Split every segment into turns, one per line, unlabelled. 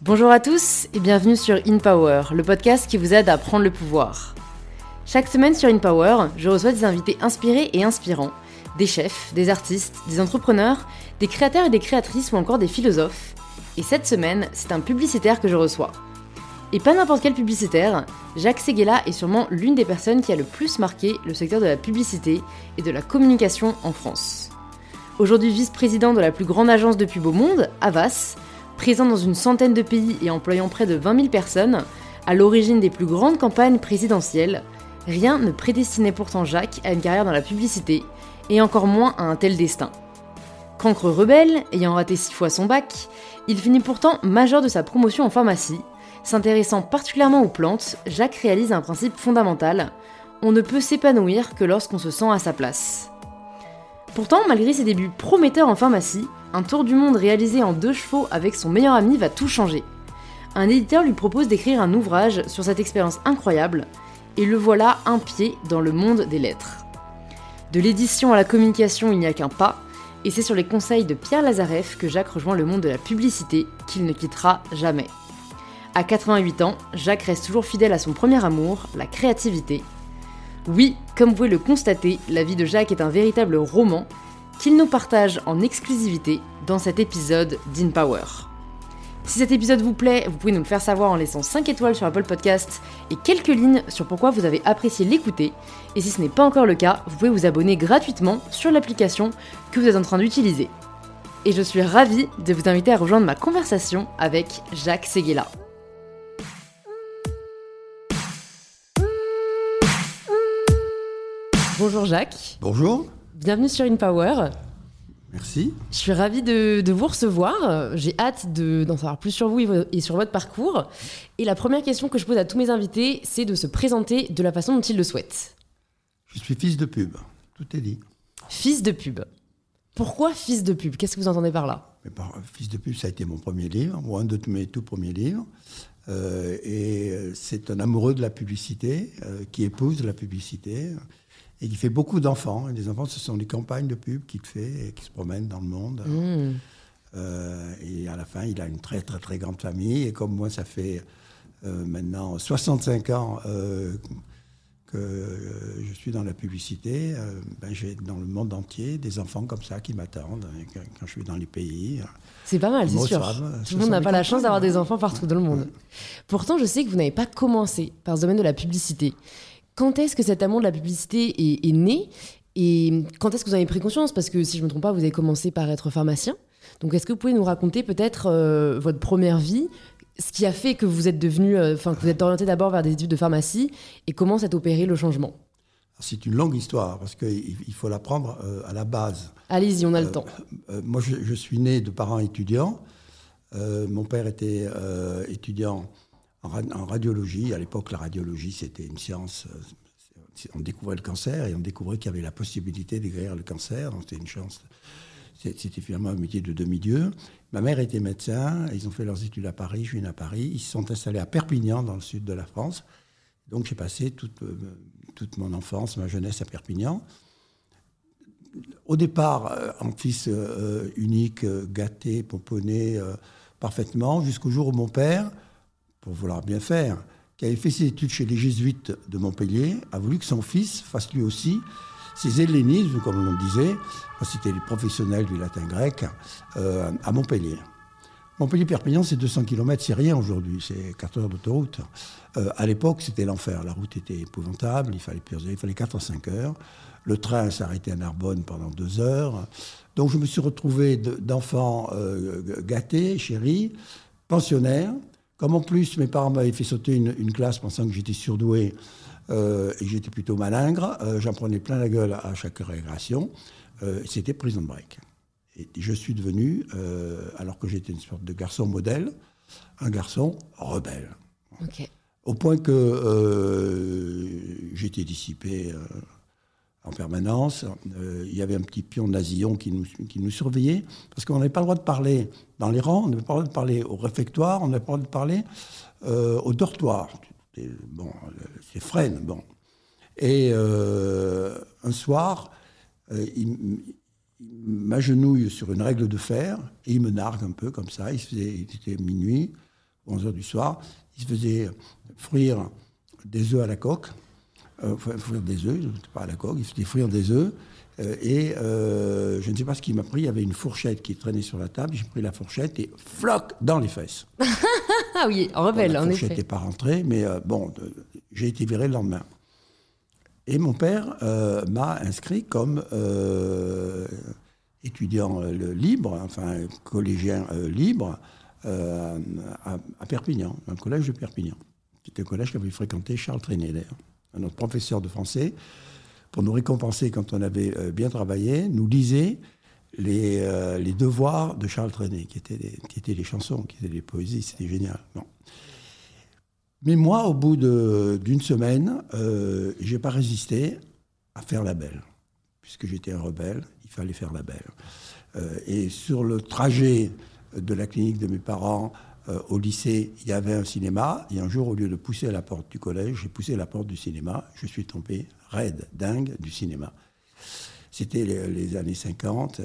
Bonjour à tous et bienvenue sur InPower, le podcast qui vous aide à prendre le pouvoir. Chaque semaine sur InPower, je reçois des invités inspirés et inspirants, des chefs, des artistes, des entrepreneurs, des créateurs et des créatrices ou encore des philosophes. Et cette semaine, c'est un publicitaire que je reçois. Et pas n'importe quel publicitaire, Jacques Séguéla est sûrement l'une des personnes qui a le plus marqué le secteur de la publicité et de la communication en France. Aujourd'hui vice-président de la plus grande agence de pub au monde, Havas, présent dans une centaine de pays et employant près de 20 000 personnes, à l'origine des plus grandes campagnes présidentielles, rien ne prédestinait pourtant Jacques à une carrière dans la publicité, et encore moins à un tel destin. Cancre rebelle, ayant raté 6 fois son bac, il finit pourtant major de sa promotion en pharmacie. S'intéressant particulièrement aux plantes, Jacques réalise un principe fondamental: on ne peut s'épanouir que lorsqu'on se sent à sa place. Pourtant, malgré ses débuts prometteurs en pharmacie, un tour du monde réalisé en 2 chevaux avec son meilleur ami va tout changer. Un éditeur lui propose d'écrire un ouvrage sur cette expérience incroyable, et le voilà un pied dans le monde des lettres. De l'édition à la communication, il n'y a qu'un pas, et c'est sur les conseils de Pierre Lazareff que Jacques rejoint le monde de la publicité, qu'il ne quittera jamais. À 88 ans, Jacques reste toujours fidèle à son premier amour, la créativité. Oui, comme vous pouvez le constater, la vie de Jacques est un véritable roman qu'il nous partage en exclusivité dans cet épisode d'InPower. Si cet épisode vous plaît, vous pouvez nous le faire savoir en laissant 5 étoiles sur Apple Podcast et quelques lignes sur pourquoi vous avez apprécié l'écouter. Et si ce n'est pas encore le cas, vous pouvez vous abonner gratuitement sur l'application que vous êtes en train d'utiliser. Et je suis ravie de vous inviter à rejoindre ma conversation avec Jacques Séguéla. Bonjour Jacques.
Bonjour.
Bienvenue sur InPower.
Merci.
Je suis ravie de vous recevoir. J'ai hâte d'en savoir plus sur vous et sur votre parcours. Et la première question que je pose à tous mes invités, c'est de se présenter de la façon dont ils le souhaitent.
Je suis fils de pub. Tout est dit.
Fils de pub. Pourquoi fils de pub? Qu'est-ce que vous entendez par là?
Fils de pub, ça a été mon premier livre, ou un de mes tout premiers livres. C'est un amoureux de la publicité qui épouse la publicité. Et qui fait beaucoup d'enfants. Et les enfants, ce sont des campagnes de pub qu'il fait et qui se promènent dans le monde. Et à la fin, il a une très, très, très grande famille. Et comme moi, ça fait maintenant 65 ans que je suis dans la publicité, j'ai dans le monde entier des enfants comme ça qui m'attendent quand je suis dans les pays.
C'est pas mal, c'est sûr. Tout le monde n'a pas la chance d'avoir des enfants partout dans le monde. Pourtant, je sais que vous n'avez pas commencé par ce domaine de la publicité. Quand est-ce que cet amour de la publicité est né et quand est-ce que vous en avez pris conscience? Parce que si je ne me trompe pas, vous avez commencé par être pharmacien. Donc est-ce que vous pouvez nous raconter peut-être votre première vie, ce qui a fait que vous êtes devenu, que vous êtes orienté d'abord vers des études de pharmacie et comment s'est opéré le changement?
C'est une longue histoire parce qu'il faut l'apprendre à la base.
Allez-y, on a le temps.
Moi, je suis né de parents étudiants. Mon père était étudiant en radiologie. À l'époque, la radiologie, c'était une science. On découvrait le cancer et on découvrait qu'il y avait la possibilité de guérir le cancer. Donc, c'était une chance. C'était finalement un métier de demi-dieu. Ma mère était médecin. Ils ont fait leurs études à Paris. Je suis né à Paris. Ils se sont installés à Perpignan, dans le sud de la France. Donc, j'ai passé toute mon enfance, ma jeunesse à Perpignan. Au départ, en fils unique, gâté, pomponné parfaitement, jusqu'au jour où mon père, pour vouloir bien faire, qui avait fait ses études chez les jésuites de Montpellier, a voulu que son fils fasse lui aussi ses hellénismes, comme on disait, c'était les professionnels du latin-grec, à Montpellier. Montpellier-Perpignan, c'est 200 km, c'est rien aujourd'hui, c'est 4 heures d'autoroute. À l'époque, c'était l'enfer, la route était épouvantable, il fallait 4 à 5 heures. Le train s'arrêtait à Narbonne pendant 2 heures. Donc je me suis retrouvé d'enfant gâté, chéri, pensionnaire. Comme en plus, mes parents m'avaient fait sauter une classe pensant que j'étais surdoué et que j'étais plutôt malingre, j'en prenais plein la gueule à chaque récréation. C'était Prison Break. Et je suis devenu, alors que j'étais une sorte de garçon modèle, un garçon rebelle.
Okay.
Au point que j'étais dissipé en permanence. Il y avait un petit pion nazillon qui nous surveillait, parce qu'on n'avait pas le droit de parler dans les rangs, on n'avait pas le droit de parler au réfectoire, on n'avait pas le droit de parler au dortoir. C'est frêne, bon. Et un soir, il m'agenouille sur une règle de fer et il me nargue un peu comme ça. Il était minuit 11h du soir. Il se faisait frire des œufs à la coque. Frire des œufs, pas à la coque, il faisait frire des œufs. Je ne sais pas ce qu'il m'a pris, il y avait une fourchette qui traînait sur la table. J'ai pris la fourchette et floc dans les fesses.
Ah oui, en rebelle, en effet.
La fourchette n'est pas rentrée, mais j'ai été viré le lendemain. Et mon père m'a inscrit comme étudiant libre, enfin collégien libre, à Perpignan, dans le collège de Perpignan. C'était un collège qu'avait fréquenté Charles Trenet, d'ailleurs. Notre professeur de français, pour nous récompenser quand on avait bien travaillé, nous lisait les devoirs de Charles Trenet, qui étaient des chansons, qui étaient des poésies, c'était génial. Bon. Mais moi, au bout d'une semaine, je n'ai pas résisté à faire la belle. Puisque j'étais un rebelle, il fallait faire la belle. Et sur le trajet de la clinique de mes parents au lycée, il y avait un cinéma. Et un jour, au lieu de pousser à la porte du collège, j'ai poussé à la porte du cinéma. Je suis tombé raide, dingue du cinéma. C'était les années 50,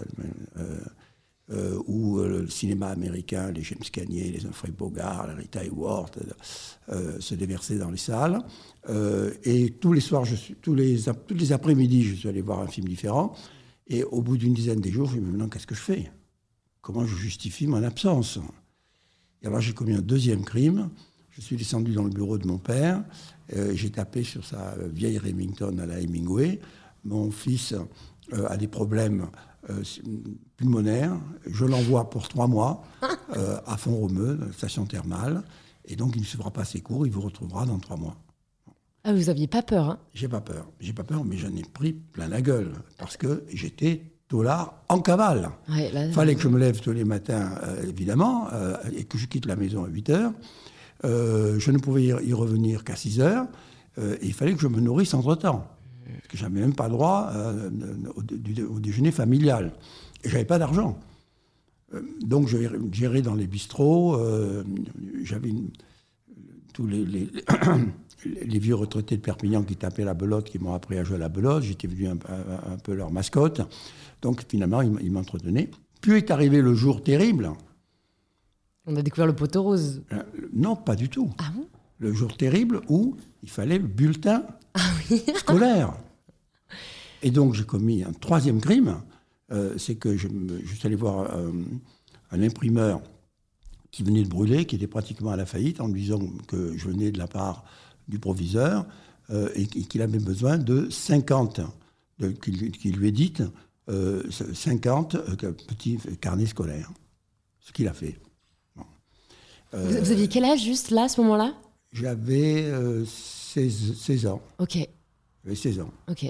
où le cinéma américain, les James Cagney, les Humphrey Bogart, la Rita Hayworth, se déversaient dans les salles. Et tous les soirs, tous les après-midi, je suis allé voir un film différent. Et au bout d'une dizaine de jours, je me dis, maintenant, qu'est-ce que je fais? Comment je justifie mon absence? Et alors, j'ai commis un deuxième crime. Je suis descendu dans le bureau de mon père. J'ai tapé sur sa vieille Remington à la Hemingway. Mon fils a des problèmes pulmonaires. Je l'envoie pour 3 mois à Font-Romeu, station thermale. Et donc, il ne se fera pas ses cours. Il vous retrouvera dans 3 mois.
Ah, vous n'aviez pas peur, hein?
J'ai pas peur, mais j'en ai pris plein la gueule. Parce que j'étais tôlard en cavale.
Ouais,
il fallait que je me lève tous les matins, évidemment, et que je quitte la maison à 8h. Je ne pouvais y revenir qu'à 6h. Et il fallait que je me nourrisse entre-temps. Parce que je n'avais même pas le droit au déjeuner familial. Et je n'avais pas d'argent. Donc je gérais dans les bistrots. J'avais tous les vieux retraités de Perpignan qui tapaient la belote, qui m'ont appris à jouer à la belote. J'étais devenu un peu leur mascotte. Donc finalement, ils m'entretenaient. Puis est arrivé le jour terrible.
On a découvert le poteau rose.
Non, pas du tout.
Ah bon?
Le jour terrible où il fallait le bulletin scolaire. Et donc j'ai commis un troisième crime. C'est que je suis allé voir un imprimeur qui venait de brûler, qui était pratiquement à la faillite, en lui disant que je venais de la part du proviseur et qu'il avait besoin de 50, qu'il lui édite 50 petits carnets scolaires. Ce qu'il a fait. Bon.
Vous aviez quel âge juste là, à ce moment-là?
J'avais 16 ans.
Ok.
J'avais 16 ans.
Ok.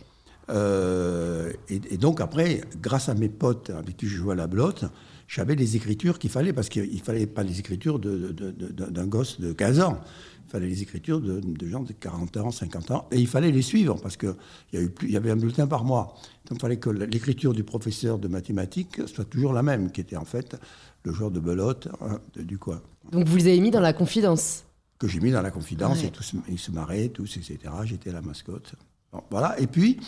Et donc après, grâce à mes potes avec qui je jouais à la belote, j'avais les écritures qu'il fallait, parce qu'il ne fallait pas les écritures d'un gosse de 15 ans. Il fallait les écritures de gens de 40 ans, 50 ans. Et il fallait les suivre, parce qu'il y avait un bulletin par mois. Donc il fallait que l'écriture du professeur de mathématiques soit toujours la même, qui était en fait le joueur de belote du coin.
Donc vous les avez mis dans la confidence? Que
j'ai mis dans la confidence,
ouais.
Et ils se marraient, tous, etc. J'étais la mascotte. Bon, voilà. Et puis,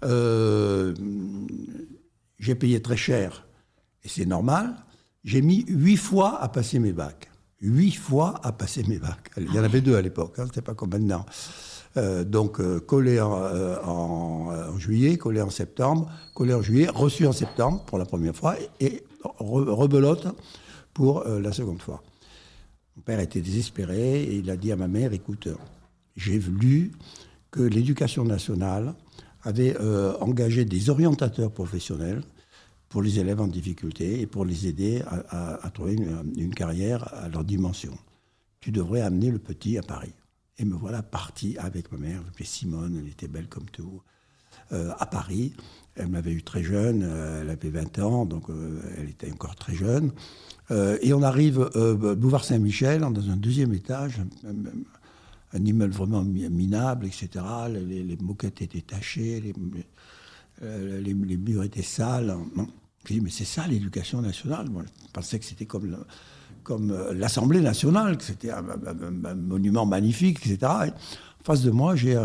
j'ai payé très cher, et c'est normal. J'ai mis 8 fois à passer mes bacs. 8 fois à passer mes bacs. Il y en avait 2 à l'époque, c'était pas comme maintenant. Donc, collé en juillet, collé en septembre, collé en juillet, reçu en septembre pour la première fois, et rebelote pour la seconde fois. Mon père était désespéré, et il a dit à ma mère, écoute, j'ai lu que l'Éducation nationale avait engagé des orientateurs professionnels pour les élèves en difficulté et pour les aider à trouver une carrière à leur dimension. Tu devrais amener le petit à Paris. Et me voilà parti avec ma mère, je m'appelais Simone, elle était belle comme tout, à Paris. Elle m'avait eu très jeune, elle avait 20 ans, donc elle était encore très jeune. Et on arrive boulevard Saint-Michel, dans un 2e étage, un immeuble vraiment minable, etc. Les moquettes étaient tachées, les murs étaient sales. Je dis, mais c'est ça l'éducation nationale. Moi, je pensais que c'était comme l'Assemblée nationale, que c'était un monument magnifique, etc. Et en face de moi, j'ai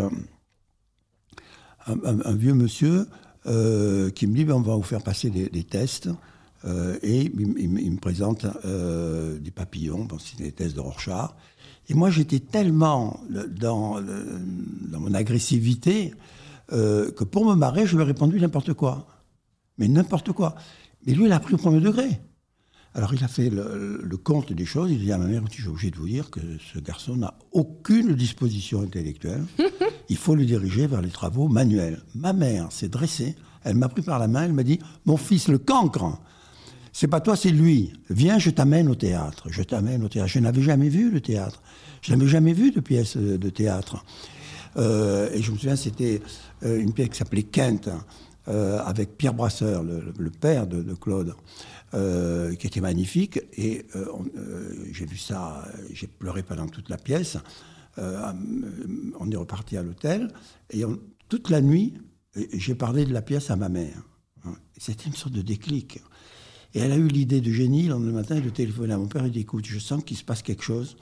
un vieux monsieur qui me dit, on va vous faire passer des tests. Et il me présente des papillons, bon, c'était des tests de Rorschach. Et moi, j'étais tellement dans mon agressivité que pour me marrer, je lui ai répondu n'importe quoi. Mais n'importe quoi. Mais lui, il a pris au premier degré. Alors, il a fait le compte des choses. Il a dit à ma mère, je suis obligé de vous dire que ce garçon n'a aucune disposition intellectuelle. Il faut le diriger vers les travaux manuels. Ma mère s'est dressée. Elle m'a pris par la main. Elle m'a dit, mon fils, le cancre, c'est pas toi, c'est lui. Viens, je t'amène au théâtre. Je t'amène au théâtre. Je n'avais jamais vu le théâtre. Je n'avais jamais vu de pièce de théâtre. Et je me souviens, c'était une pièce qui s'appelait Kent, avec Pierre Brasseur, le père de Claude, qui était magnifique. Et j'ai vu ça, j'ai pleuré pendant toute la pièce. On est reparti à l'hôtel. Et toute la nuit, j'ai parlé de la pièce à ma mère. C'était une sorte de déclic. Et elle a eu l'idée de génie, le lendemain matin, de téléphoner à mon père et dit, écoute, je sens qu'il se passe quelque chose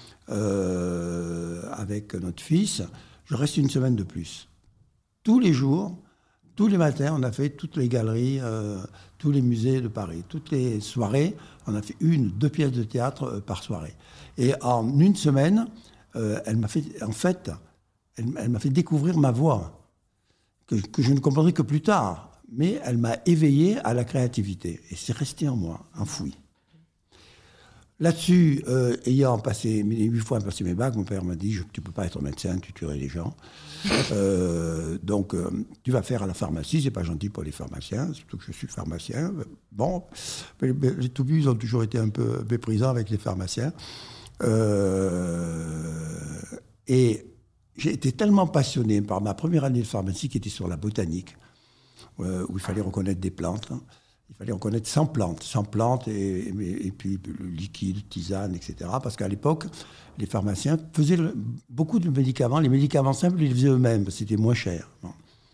avec notre fils. Je reste une semaine de plus. Tous les jours, tous les matins, on a fait toutes les galeries, tous les musées de Paris. Toutes les soirées, on a fait 1-2 pièces de théâtre par soirée. Et en une semaine, elle m'a fait découvrir ma voix, que je ne comprendrai que plus tard. Mais elle m'a éveillé à la créativité. Et c'est resté en moi, enfoui. Là-dessus, ayant passé 8 fois passé mes bacs, mon père m'a dit, tu ne peux pas être médecin, tu tuerais les gens. Donc, tu vas faire à la pharmacie, c'est pas gentil pour les pharmaciens, surtout que je suis pharmacien. Bon, les toubibs, ils ont toujours été un peu méprisants avec les pharmaciens. Et j'ai été tellement passionné par ma première année de pharmacie qui était sur la botanique, où il fallait reconnaître des plantes. Il fallait reconnaître 100 plantes et puis le liquide, tisane, etc. Parce qu'à l'époque, les pharmaciens faisaient beaucoup de médicaments. Les médicaments simples, ils les faisaient eux-mêmes, parce que c'était moins cher. Bon.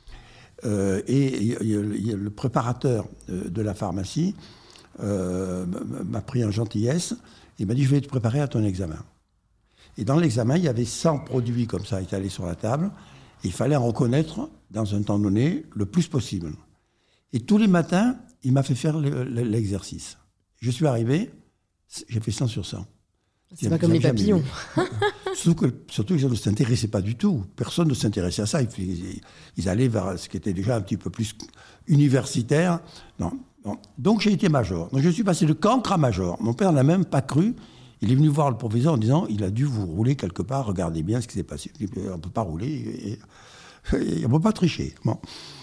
Et le préparateur de la pharmacie m'a pris en gentillesse. Il m'a dit, je vais te préparer à ton examen. Et dans l'examen, il y avait 100 produits comme ça étalés sur la table. Et il fallait en reconnaître, dans un temps donné, le plus possible. Et tous les matins, il m'a fait faire l'exercice. Je suis arrivé, j'ai fait 100 sur 100.
C'est pas comme les papillons.
Surtout qu'ils ne s'intéressaient pas du tout. Personne ne s'intéressait à ça. Ils allaient vers ce qui était déjà un petit peu plus universitaire. Non. Donc j'ai été major. Donc je suis passé de cancre à major. Mon père n'a même pas cru. Il est venu voir le professeur en disant, il a dû vous rouler quelque part, regardez bien ce qui s'est passé. On ne peut pas rouler et on ne peut pas tricher. Bon.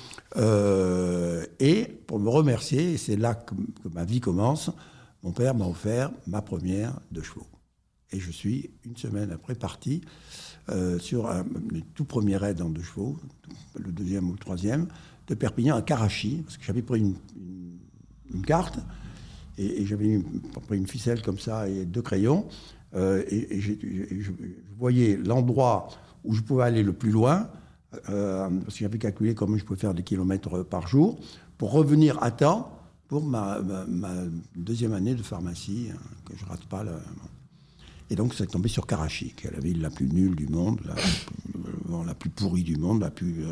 Et pour me remercier, c'est là que ma vie commence, mon père m'a offert ma première de chevaux. Et je suis, une semaine après, parti sur le tout premier raid en 2 chevaux, le deuxième ou le troisième, de Perpignan à Carrachy, parce que j'avais pris une carte, et j'avais pris une ficelle comme ça et 2 crayons, et je voyais l'endroit où je pouvais aller le plus loin, parce que j'avais calculé comment je pouvais faire des kilomètres par jour, pour revenir à temps pour ma deuxième année de pharmacie, que je rate pas. Et donc, ça est tombé sur Carrachy, qui est la ville la plus nulle du monde, la plus pourrie du monde,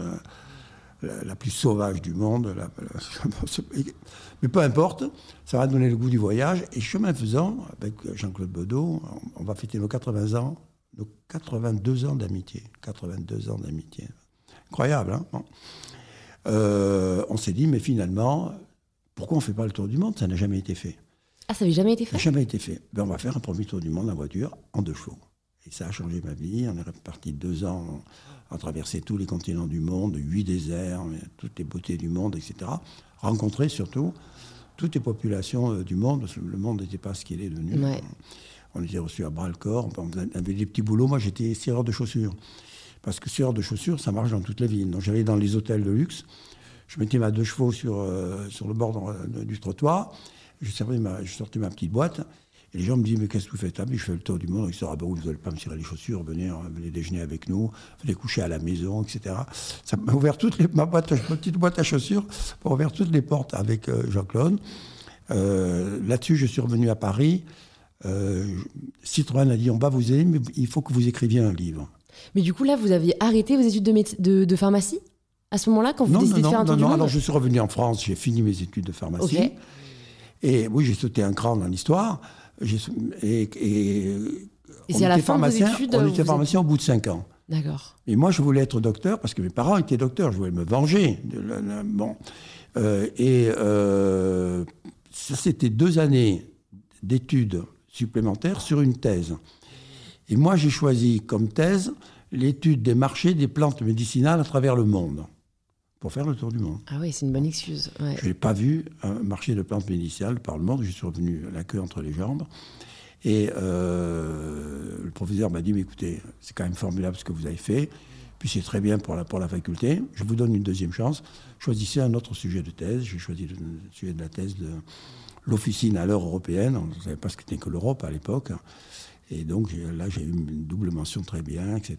la plus sauvage du monde. Mais peu importe, ça m'a donné le goût du voyage. Et chemin faisant, avec Jean-Claude Bedeau, on va fêter nos 80 ans, nos 82 ans d'amitié. 82 ans d'amitié. Incroyable, hein, bon. On s'est dit, mais finalement, pourquoi on ne fait pas le tour du monde? Ça n'a jamais été fait.
Ah, ça n'avait jamais été fait?
Ça n'a jamais été fait. Ben, on va faire un premier tour du monde en voiture, en 2 chevaux. Et ça a changé ma vie. On est reparti 2 ans à traverser tous les continents du monde, 8 déserts, toutes les beautés du monde, etc. Rencontrer surtout toutes les populations du monde, parce que le monde n'était pas ce qu'il est devenu.
Ouais.
On était reçus à bras-le-corps, on avait des petits boulots. Moi, j'étais cireur de chaussures. Parce que cireur de chaussures, ça marche dans toutes les villes. Donc j'allais dans les hôtels de luxe, je mettais ma 2 chevaux sur le bord du trottoir, je sortais ma petite boîte, et les gens me disaient, mais qu'est-ce que vous faites? Ah, mais je fais le tour du monde. Ils disaient, ah ben vous n'allez pas me cirer les chaussures, venez déjeuner avec nous, venez coucher à la maison, etc. Ça m'a ouvert ma petite boîte à chaussures, m'a ouvert toutes les portes avec Jean-Claude. Là-dessus, je suis revenu à Paris. Citroën a dit, on va vous aider, mais il faut que vous écriviez un livre.
Mais du coup, là, vous aviez arrêté vos études de pharmacie à ce moment-là, quand vous décidez de faire un tour du monde?
Alors je suis revenu en France, j'ai fini mes études de pharmacie. Okay. Et oui, j'ai sauté un cran dans l'histoire. Et
c'est à la fin de vos études,
on était pharmacien au bout de 5 ans.
D'accord.
Et moi, je voulais être docteur parce que mes parents étaient docteurs. Je voulais me venger. Bon. Ça, c'était 2 années d'études supplémentaires sur une thèse. Et moi, j'ai choisi comme thèse l'étude des marchés des plantes médicinales à travers le monde, pour faire le tour du monde.
Ah oui, c'est une bonne excuse. Ouais.
Je n'ai pas vu un marché de plantes médicinales par le monde. Je suis revenu la queue entre les jambes. Et le professeur m'a dit, mais écoutez, c'est quand même formidable ce que vous avez fait. Puis c'est très bien pour la faculté. Je vous donne une deuxième chance. Choisissez un autre sujet de thèse. J'ai choisi le sujet de la thèse de l'officine à l'heure européenne. On ne savait pas ce qu'était que l'Europe à l'époque. Et donc là, j'ai eu une double mention très bien, etc.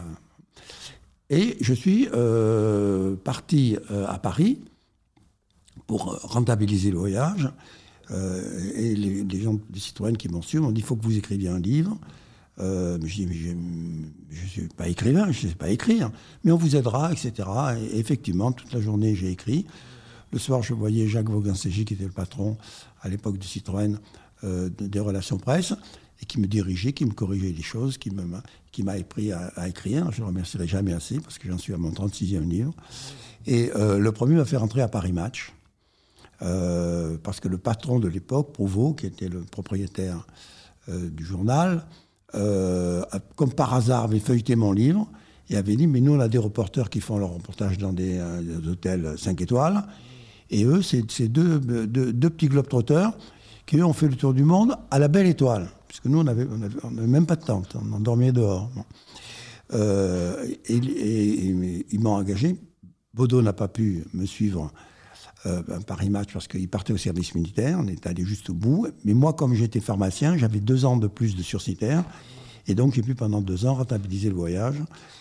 Et je suis parti à Paris pour rentabiliser le voyage. Et les gens de Citroën qui m'ont su m'ont dit, il faut que vous écriviez un livre. Mais je dis, mais je ne suis pas écrivain, je ne sais pas écrire, mais on vous aidera, etc. Et effectivement, toute la journée, j'ai écrit. Le soir, je voyais Jacques Vaughan-Ségis, qui était le patron à l'époque de Citroën, des relations presse, et qui me dirigeait, qui me corrigeait les choses, qui m'a appris à écrire. Je ne le remercierai jamais assez, parce que j'en suis à mon 36e livre. Et le premier m'a fait rentrer à Paris Match, parce que le patron de l'époque, Prouveau, qui était le propriétaire du journal, comme par hasard, avait feuilleté mon livre et avait dit, mais nous, on a des reporters qui font leur reportage dans des hôtels 5 étoiles, et eux, c'est deux petits globetrotters qui, eux, ont fait le tour du monde à la belle étoile, puisque nous, on n'avait même pas de tente, on dormait dehors. Et ils m'ont engagé. Baudot n'a pas pu me suivre Paris Match parce qu'il partait au service militaire, on est allé juste au bout. Mais moi, comme j'étais pharmacien, j'avais 2 ans de plus de sursitaire. Et donc, j'ai pu pendant 2 ans rentabiliser le voyage,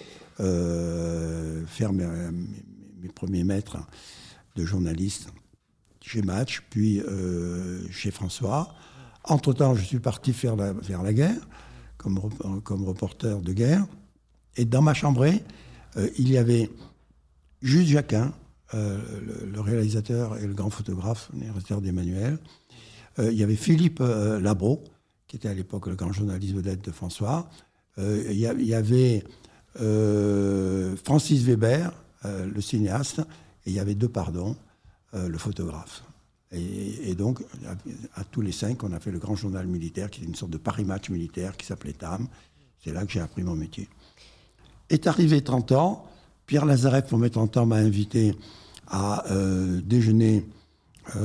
faire mes premiers mètres de journaliste chez Match, puis chez François. Entre-temps, je suis parti vers la guerre, comme reporter de guerre. Et dans ma chambrée, il y avait Juste Jacquin, le réalisateur et le grand photographe, le réalisateur d'Emmanuel. Il y avait Philippe Labro, qui était à l'époque le grand journaliste vedette de François. Il y avait Francis Weber, le cinéaste, et il y avait Depardon, le photographe. Et donc, à tous les 5, on a fait le grand journal militaire, qui était une sorte de Paris Match militaire, qui s'appelait TAM. C'est là que j'ai appris mon métier. Est arrivé 30 ans, Pierre Lazareff, pour mes 30 ans, m'a invité à déjeuner, je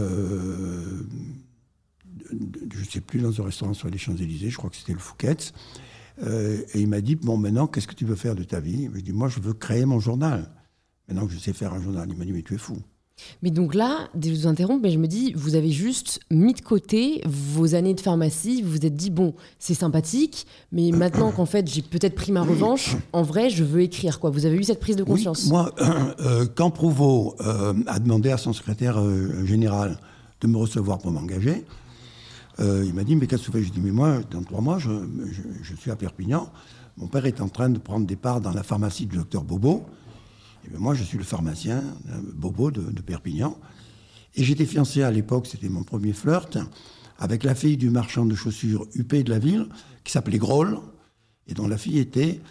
ne sais plus, dans un restaurant sur les Champs-Élysées, je crois que c'était le Fouquet's. Et il m'a dit, bon, maintenant, qu'est-ce que tu veux faire de ta vie? Je lui ai dit, moi, je veux créer mon journal. Maintenant que je sais faire un journal. Il m'a dit, mais tu es fou.
Mais donc là, je vous interromps, mais je me dis, vous avez juste mis de côté vos années de pharmacie, vous vous êtes dit, bon, c'est sympathique, mais maintenant qu'en fait, j'ai peut-être pris ma revanche, en vrai, je veux écrire, quoi. Vous avez eu cette prise de conscience?
Oui, moi, quand Prouveau a demandé à son secrétaire général de me recevoir pour m'engager, il m'a dit, mais qu'est-ce que tu fais? Je dis, mais moi, dans 3 mois, je suis à Perpignan. Mon père est en train de prendre des parts dans la pharmacie du docteur Bobo. Et moi, je suis le pharmacien Bobo de Perpignan. Et j'étais fiancé à l'époque, c'était mon premier flirt, avec la fille du marchand de chaussures huppé de la ville, qui s'appelait Groll, et dont la fille était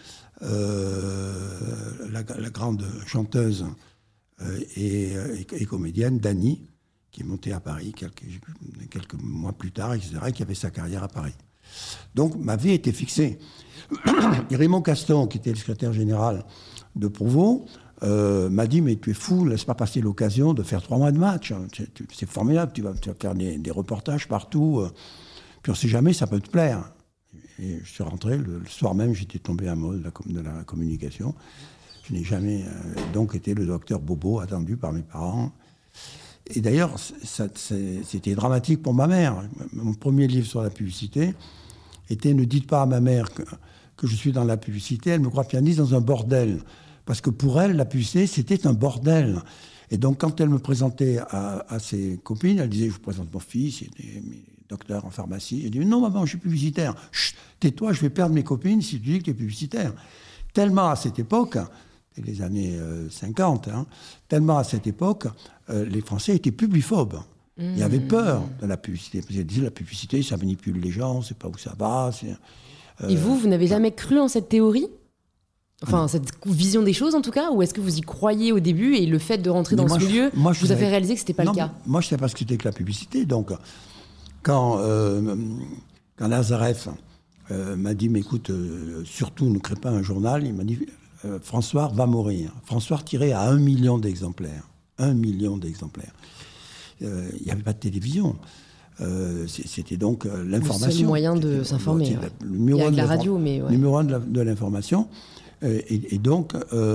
la grande chanteuse et comédienne Dany, qui est montée à Paris quelques mois plus tard, etc., et qui avait sa carrière à Paris. Donc, ma vie était fixée. Et Raymond Caston, qui était le secrétaire général de Prouveau, m'a dit, mais tu es fou, laisse pas passer l'occasion de faire 3 mois de match. C'est formidable, tu vas faire des reportages partout. Puis on ne sait jamais, ça peut te plaire. Et je suis rentré, le soir même, j'étais tombé amoureux de la communication. Je n'ai jamais donc été le docteur Bobo attendu par mes parents. Et d'ailleurs, c'était dramatique pour ma mère. Mon premier livre sur la publicité était « Ne dites pas à ma mère que je suis dans la publicité, elle me croit pianiste dans un bordel ». Parce que pour elle, la publicité, c'était un bordel. Et donc, quand elle me présentait à ses copines, elle disait, je vous présente mon fils, il est docteur en pharmacie. Elle dit, non, maman, je suis publicitaire. Chut, tais-toi, je vais perdre mes copines si tu dis que tu es publicitaire. Tellement à cette époque, c'était les années 50, tellement à cette époque, les Français étaient publiphobes. Il avait peur de la publicité. Parce qu'il disait, la publicité, ça manipule les gens, on ne sait pas où ça va.
Et vous n'avez jamais cru en cette théorie ? Enfin, cette vision des choses, en tout cas ? Ou est-ce que vous y croyez au début et le fait de rentrer dans ce milieu vous a fait réaliser que ce n'était pas le cas ?
Moi, je ne savais pas ce que c'était que la publicité. Donc, quand Lazareff m'a dit, mais écoute, surtout ne crée pas un journal, il m'a dit, François va mourir. François tiré à 1 million d'exemplaires. 1 million d'exemplaires. Il n'y avait pas de télévision. C'était donc l'information.
Le seul moyen de s'informer.
Le numéro
de la radio, mais ouais.
Numéro 1 de l'information. Et donc,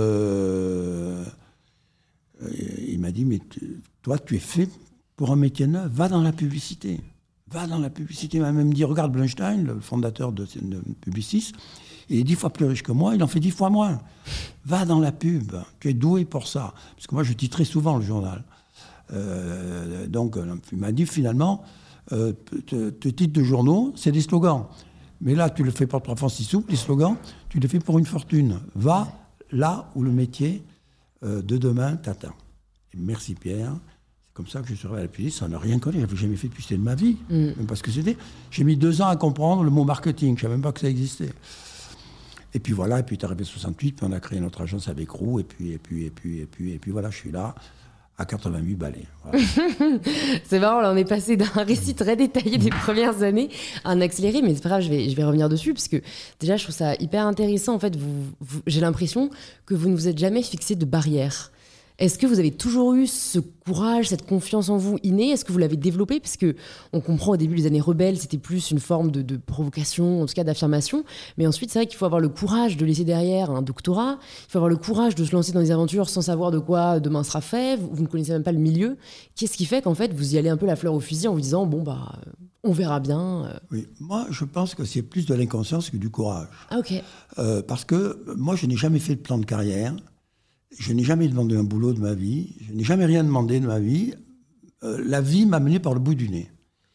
il m'a dit, mais toi, tu es fait pour un métier neuf, va dans la publicité. Va dans la publicité. Il m'a même dit, regarde Blunstein, le fondateur de Publicis, il est 10 fois plus riche que moi, il en fait 10 fois moins. Va dans la pub, tu es doué pour ça. Parce que moi, je titrais souvent le journal. Donc, il m'a dit, finalement, tes titres de journaux, c'est des slogans. Mais là, tu le fais pour 3 francs 6 sous, les slogans, tu les fais pour une fortune. Va là où le métier de demain t'attend. Et merci Pierre. C'est comme ça que je suis arrivé à la publicité. Ça n'a rien connu. Je n'avais jamais fait de publicité de ma vie. Même parce que c'était. J'ai mis 2 ans à comprendre le mot marketing. Je ne savais même pas que ça existait. Et puis voilà, et puis tu es arrivé en 68, puis on a créé notre agence avec Roux, et puis voilà, je suis là. À 88 balais. Voilà.
C'est marrant, là, on est passé d'un récit très détaillé des premières années à un accéléré, mais c'est pas grave, je vais revenir dessus, parce que déjà, je trouve ça hyper intéressant. En fait, j'ai l'impression que vous ne vous êtes jamais fixé de barrière. Est-ce que vous avez toujours eu ce courage, cette confiance en vous innée ? Est-ce que vous l'avez développé ? Parce qu'on comprend au début les années rebelles, c'était plus une forme de provocation, en tout cas d'affirmation. Mais ensuite, c'est vrai qu'il faut avoir le courage de laisser derrière un doctorat. Il faut avoir le courage de se lancer dans des aventures sans savoir de quoi demain sera fait. Vous ne connaissez même pas le milieu. Qu'est-ce qui fait qu'en fait, vous y allez un peu la fleur au fusil en vous disant, bon, bah, on verra bien.
Oui, moi, je pense que c'est plus de l'inconscience que du courage.
Ah, ok.
Parce que moi, je n'ai jamais fait de plan de carrière. Je n'ai jamais demandé un boulot de ma vie. Je n'ai jamais rien demandé de ma vie. La vie m'a mené par le bout du nez.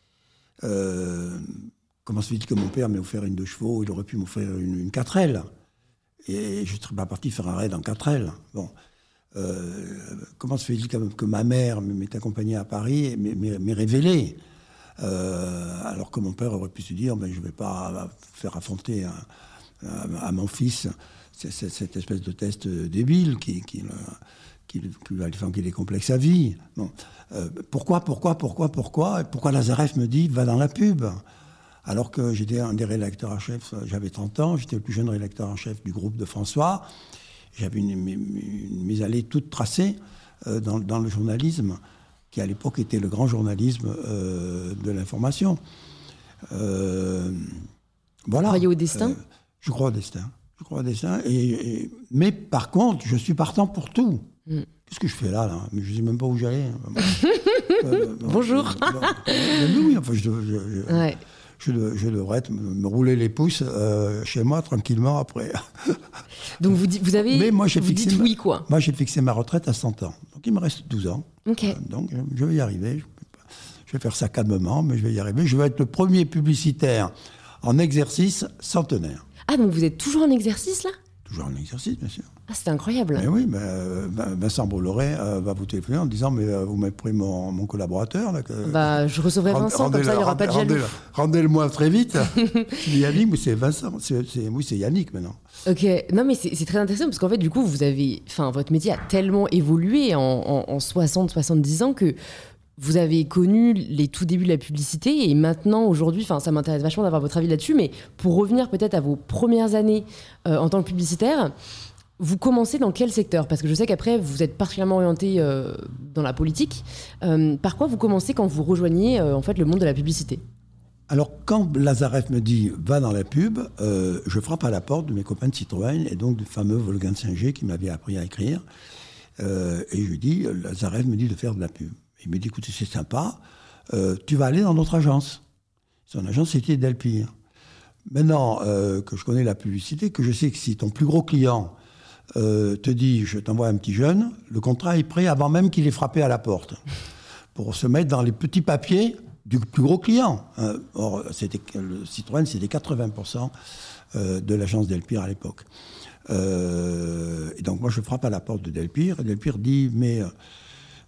Comment se fait-il que mon père m'ait offert une 2 chevaux, il aurait pu m'offrir une 4L. Et je ne serais pas parti faire un raid en 4L. Bon. Comment se fait-il que ma mère m'ait accompagné à Paris et m'ait révélé alors que mon père aurait pu se dire, ben, je ne vais pas faire affronter à mon fils cette espèce de test débile qui va lui faire qu'il est complexe à vie. Bon. Pourquoi Lazareff me dit, va dans la pub ? Alors que j'étais un des rédacteurs en chef, j'avais 30 ans, j'étais le plus jeune rédacteur en chef du groupe de François. J'avais mes allées toutes tracées dans le journalisme, qui à l'époque était le grand journalisme de l'information. Voilà. Vous
croyez au destin ?
Je crois au destin. Mais par contre, je suis partant pour tout. Qu'est-ce que je fais là ? Mais je ne sais même pas où j'allais.
Bonjour.
Oui, enfin, je devrais me rouler les pouces chez moi tranquillement après.
Donc vous avez.
Mais moi,
dites oui, quoi.
Moi, j'ai fixé ma retraite à 100 ans. Donc il me reste 12 ans.
Okay.
Donc je vais y arriver. Je vais faire ça calmement, mais je vais y arriver. Je vais être le premier publicitaire en exercice centenaire.
Ah, donc vous êtes toujours en exercice, là ?
Toujours en exercice, bien sûr.
Ah, c'est incroyable.
Mais oui, Vincent Bolloré va vous téléphoner en disant, mais vous m'avez pris mon collaborateur. Là,
je recevrai Vincent, comme ça, il n'y aura pas de jaloux.
Rendez-le-moi très vite. Je dis Yannick, mais c'est Vincent. Oui, c'est Yannick maintenant. Ok.
Non, mais c'est très intéressant, parce qu'en fait, du coup, votre métier a tellement évolué en 60-70 ans que vous avez connu les tout débuts de la publicité et maintenant, aujourd'hui, ça m'intéresse vachement d'avoir votre avis là-dessus, mais pour revenir peut-être à vos premières années en tant que publicitaire, vous commencez dans quel secteur ? Parce que je sais qu'après, vous êtes particulièrement orienté dans la politique. Par quoi vous commencez quand vous rejoignez en fait, le monde de la publicité ?
Alors, quand Lazareff me dit « va dans la pub », je frappe à la porte de mes copains de Citroën et donc du fameux Wolfgang Singer qui m'avait appris à écrire. Et je lui dis « Lazareff me dit de faire de la pub ». Il me dit, écoutez, c'est sympa, tu vas aller dans notre agence. Son agence, c'était Delpire. Maintenant que je connais la publicité, que je sais que si ton plus gros client te dit, je t'envoie un petit jeune, le contrat est prêt avant même qu'il ait frappé à la porte, pour se mettre dans les petits papiers du plus gros client. Or, le Citroën, c'était 80% de l'agence Delpire à l'époque. Et donc, moi, je frappe à la porte de Delpire, et Delpire dit, mais...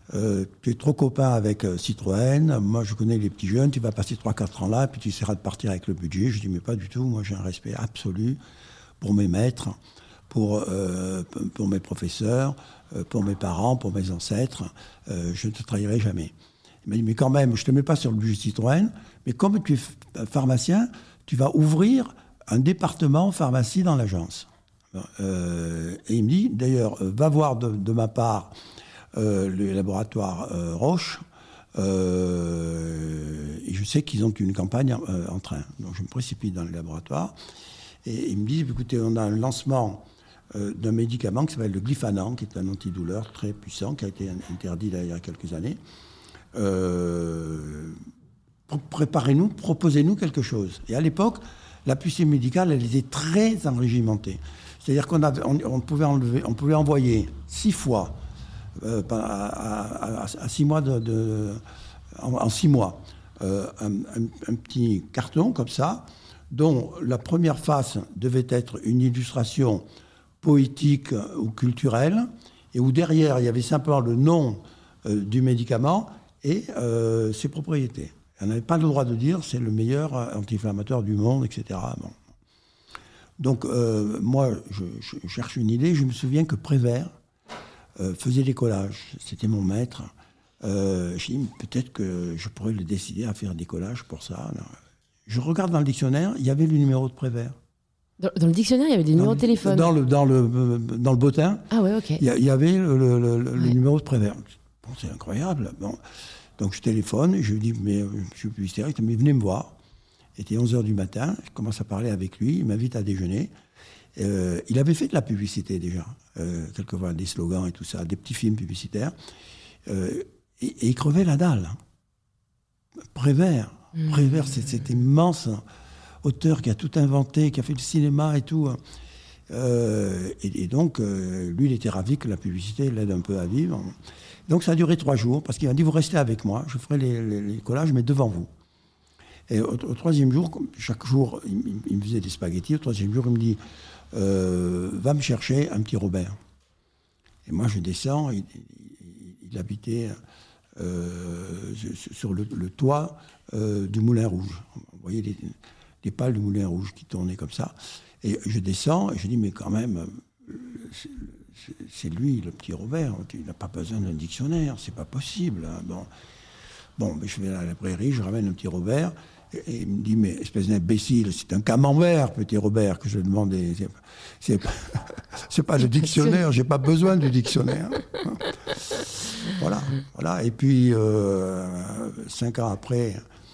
tu es trop copain avec Citroën, moi je connais les petits jeunes, tu vas passer 3-4 ans là, puis tu essaieras de partir avec le budget. Je dis mais pas du tout, moi j'ai un respect absolu pour mes maîtres, pour mes professeurs, pour mes parents, pour mes ancêtres, je ne te trahirai jamais. Il m'a dit mais quand même, je ne te mets pas sur le budget Citroën, mais comme tu es pharmacien, tu vas ouvrir un département pharmacie dans l'agence. Et il me dit d'ailleurs, va voir de ma part le laboratoire Roche, et je sais qu'ils ont une campagne en train. Donc je me précipite dans le laboratoire, et ils me disent, écoutez, on a un lancement d'un médicament qui s'appelle le Glyphanant, qui est un antidouleur très puissant, qui a été interdit il y a quelques années. Préparez-nous, proposez-nous quelque chose. Et à l'époque, la publicité médicale, elle était très enrégimentée. C'est-à-dire qu'on pouvait envoyer 6 fois à 6 mois en 6 mois un petit carton comme ça, dont la première face devait être une illustration poétique ou culturelle, et où derrière il y avait simplement le nom du médicament et ses propriétés. On n'avait pas le droit de dire c'est le meilleur anti-inflammatoire du monde, etc. Bon. Donc moi je cherche une idée. Je me souviens que Prévert faisait des collages. C'était mon maître. Je dis peut-être que je pourrais le décider à faire des collages pour ça. Alors, je regarde dans le dictionnaire, il y avait le numéro de Prévert.
Dans le dictionnaire, il y avait des numéros de téléphone.
Dans le bottin,
ah ouais, ok.
Il y avait le numéro de Prévert. Bon, c'est incroyable. Bon. Donc je téléphone, et je lui dis, mais je suis publicitaire, mais venez me voir. Il était 11h du matin, je commence à parler avec lui, il m'invite à déjeuner. Il avait fait de la publicité déjà, quelquefois des slogans et tout ça, des petits films publicitaires. Et il crevait la dalle. Prévert, cet immense auteur qui a tout inventé, qui a fait le cinéma et tout. Et donc, lui, il était ravi que la publicité l'aide un peu à vivre. Donc, ça a duré 3 jours, parce qu'il m'a dit, vous restez avec moi, je ferai les collages, mais devant vous. Et au 3e jour, chaque jour, il me faisait des spaghettis. Au 3e jour, il me dit, va me chercher un petit Robert. Et moi, je descends, il habitait sur le toit du Moulin Rouge. On voyait les pales du Moulin Rouge qui tournaient comme ça. Et je descends et je dis, mais quand même, c'est lui, le petit Robert. Il n'a pas besoin d'un dictionnaire, c'est pas possible. Hein. Bon, mais je vais à la prairie, je ramène un petit Robert. Et il me dit, mais espèce d'imbécile, c'est un camembert, petit Robert, que je demandais. C'est pas le dictionnaire, j'ai pas besoin du dictionnaire. Voilà. Et puis, 5 ans après,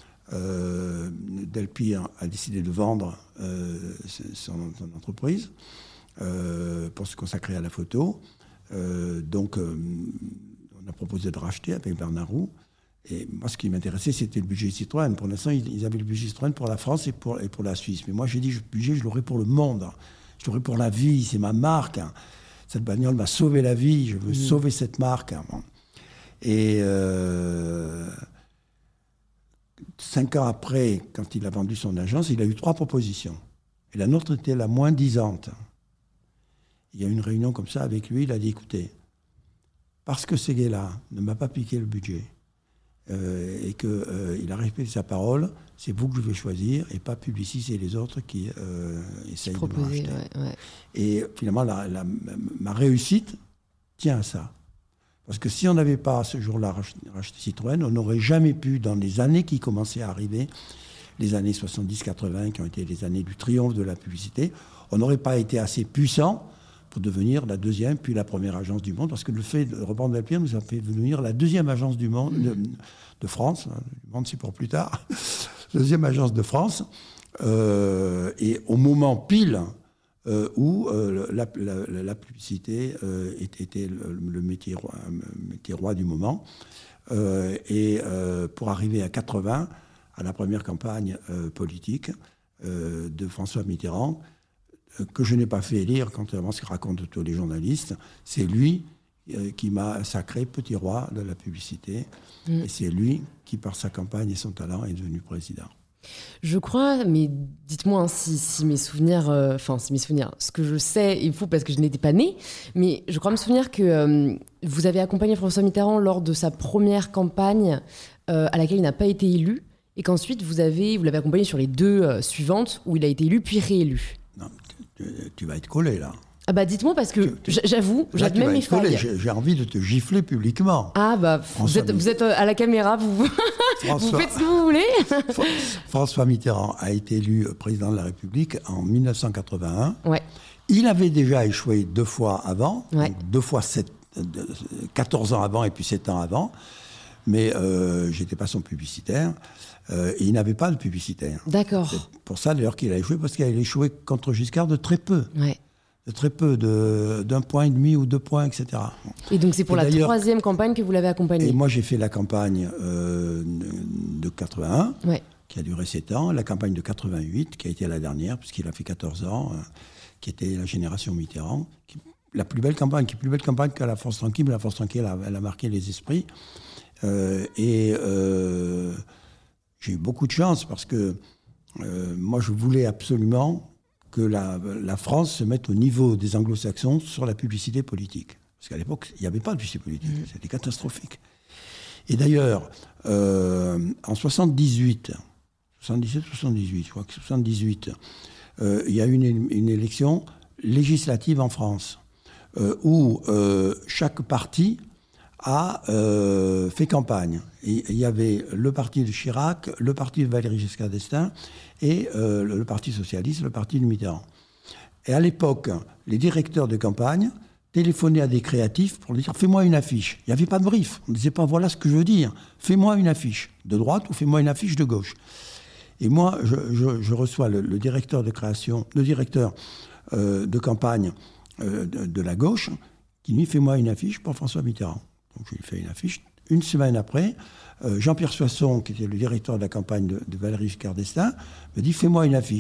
Delpire a décidé de vendre son entreprise pour se consacrer à la photo. Donc, on a proposé de racheter avec Bernard Roux. Et moi, ce qui m'intéressait, c'était le budget Citroën. Pour l'instant, ils avaient le budget Citroën pour la France et pour la Suisse. Mais moi, j'ai dit, le budget, je l'aurai pour le monde. Je l'aurai pour la vie, c'est ma marque. Cette bagnole m'a sauvé la vie, je veux sauver cette marque. Et 5 ans après, quand il a vendu son agence, il a eu 3 propositions. Et la nôtre était la moins disante. Il y a eu une réunion comme ça avec lui, il a dit, écoutez, parce que ces gars-là ne m'a pas piqué le budget, et qu'il a respecté sa parole, c'est vous que je vais choisir, et pas Publicis et les autres qui essayent de me racheter. Ouais. Et finalement, ma réussite tient à ça. Parce que si on n'avait pas ce jour-là racheté Citroën, on n'aurait jamais pu, dans les années qui commençaient à arriver, les années 70-80, qui ont été les années du triomphe de la publicité, on n'aurait pas été assez puissant pour devenir la 2e, puis la 1re agence du monde, parce que le fait de reprendre Delpire nous a fait devenir la 2e agence du monde, de France, le monde c'est pour plus tard, la 2e agence de France, et au moment pile où la publicité était le métier roi du moment, et pour arriver à 80, à la première campagne politique de François Mitterrand, que je n'ai pas fait élire, contrairement à ce que racontent tous les journalistes, c'est lui qui m'a sacré petit roi de la publicité. Et c'est lui qui, par sa campagne et son talent, est devenu président.
Je crois, mais dites-moi hein, si mes souvenirs, ce que je sais est faux parce que je n'étais pas née, mais je crois me souvenir que vous avez accompagné François Mitterrand lors de sa première campagne à laquelle il n'a pas été élu, et qu'ensuite vous l'avez accompagné sur les 2 suivantes où il a été élu puis réélu.
Non, tu vas être collé là.
Ah bah dites-moi parce que j'avoue, j'admets mes failles.
J'ai envie de te gifler publiquement.
Ah bah vous êtes à la caméra, vous faites ce que vous voulez.
François Mitterrand a été élu président de la République en 1981.
Ouais.
Il avait déjà échoué 2 fois avant,
ouais.
donc 2 fois 14 ans avant et puis 7 ans avant. Mais j'étais pas son publicitaire. Et il n'avait pas de publicitaire.
D'accord.
C'est pour ça d'ailleurs qu'il a échoué, parce qu'il a échoué contre Giscard de très peu.
Ouais.
De très peu, d'1,5 point ou 2 points, etc.
Et donc c'est pour la 3e campagne que vous l'avez accompagné.
Et moi j'ai fait la campagne de 81, ouais. Qui a duré 7 ans, la campagne de 88, qui a été la dernière, puisqu'il a fait 14 ans, qui était la génération Mitterrand. La plus belle campagne que la France Tranquille, mais la France Tranquille, elle a marqué les esprits. J'ai eu beaucoup de chance, parce que moi je voulais absolument que la France se mette au niveau des anglo-saxons sur la publicité politique. Parce qu'à l'époque, il n'y avait pas de publicité politique. C'était catastrophique. Et d'ailleurs, en 77, je crois que 78, il y a eu une élection législative en France, où chaque parti a fait campagne. Et il y avait le parti de Chirac, le parti de Valéry Giscard d'Estaing et le parti socialiste, le parti de Mitterrand. Et à l'époque, les directeurs de campagne téléphonaient à des créatifs pour leur dire « fais-moi une affiche ». Il n'y avait pas de brief. On ne disait pas « voilà ce que je veux dire, fais-moi une affiche de droite ou fais-moi une affiche de gauche ». Et moi, je reçois le directeur de création, le directeur de campagne de la gauche, qui lui fait moi une affiche pour François Mitterrand. Donc je lui fais une affiche. Une semaine après, Jean-Pierre Soisson, qui était le directeur de la campagne de Valéry Giscard d'Estaing, me dit « fais-moi une affiche ».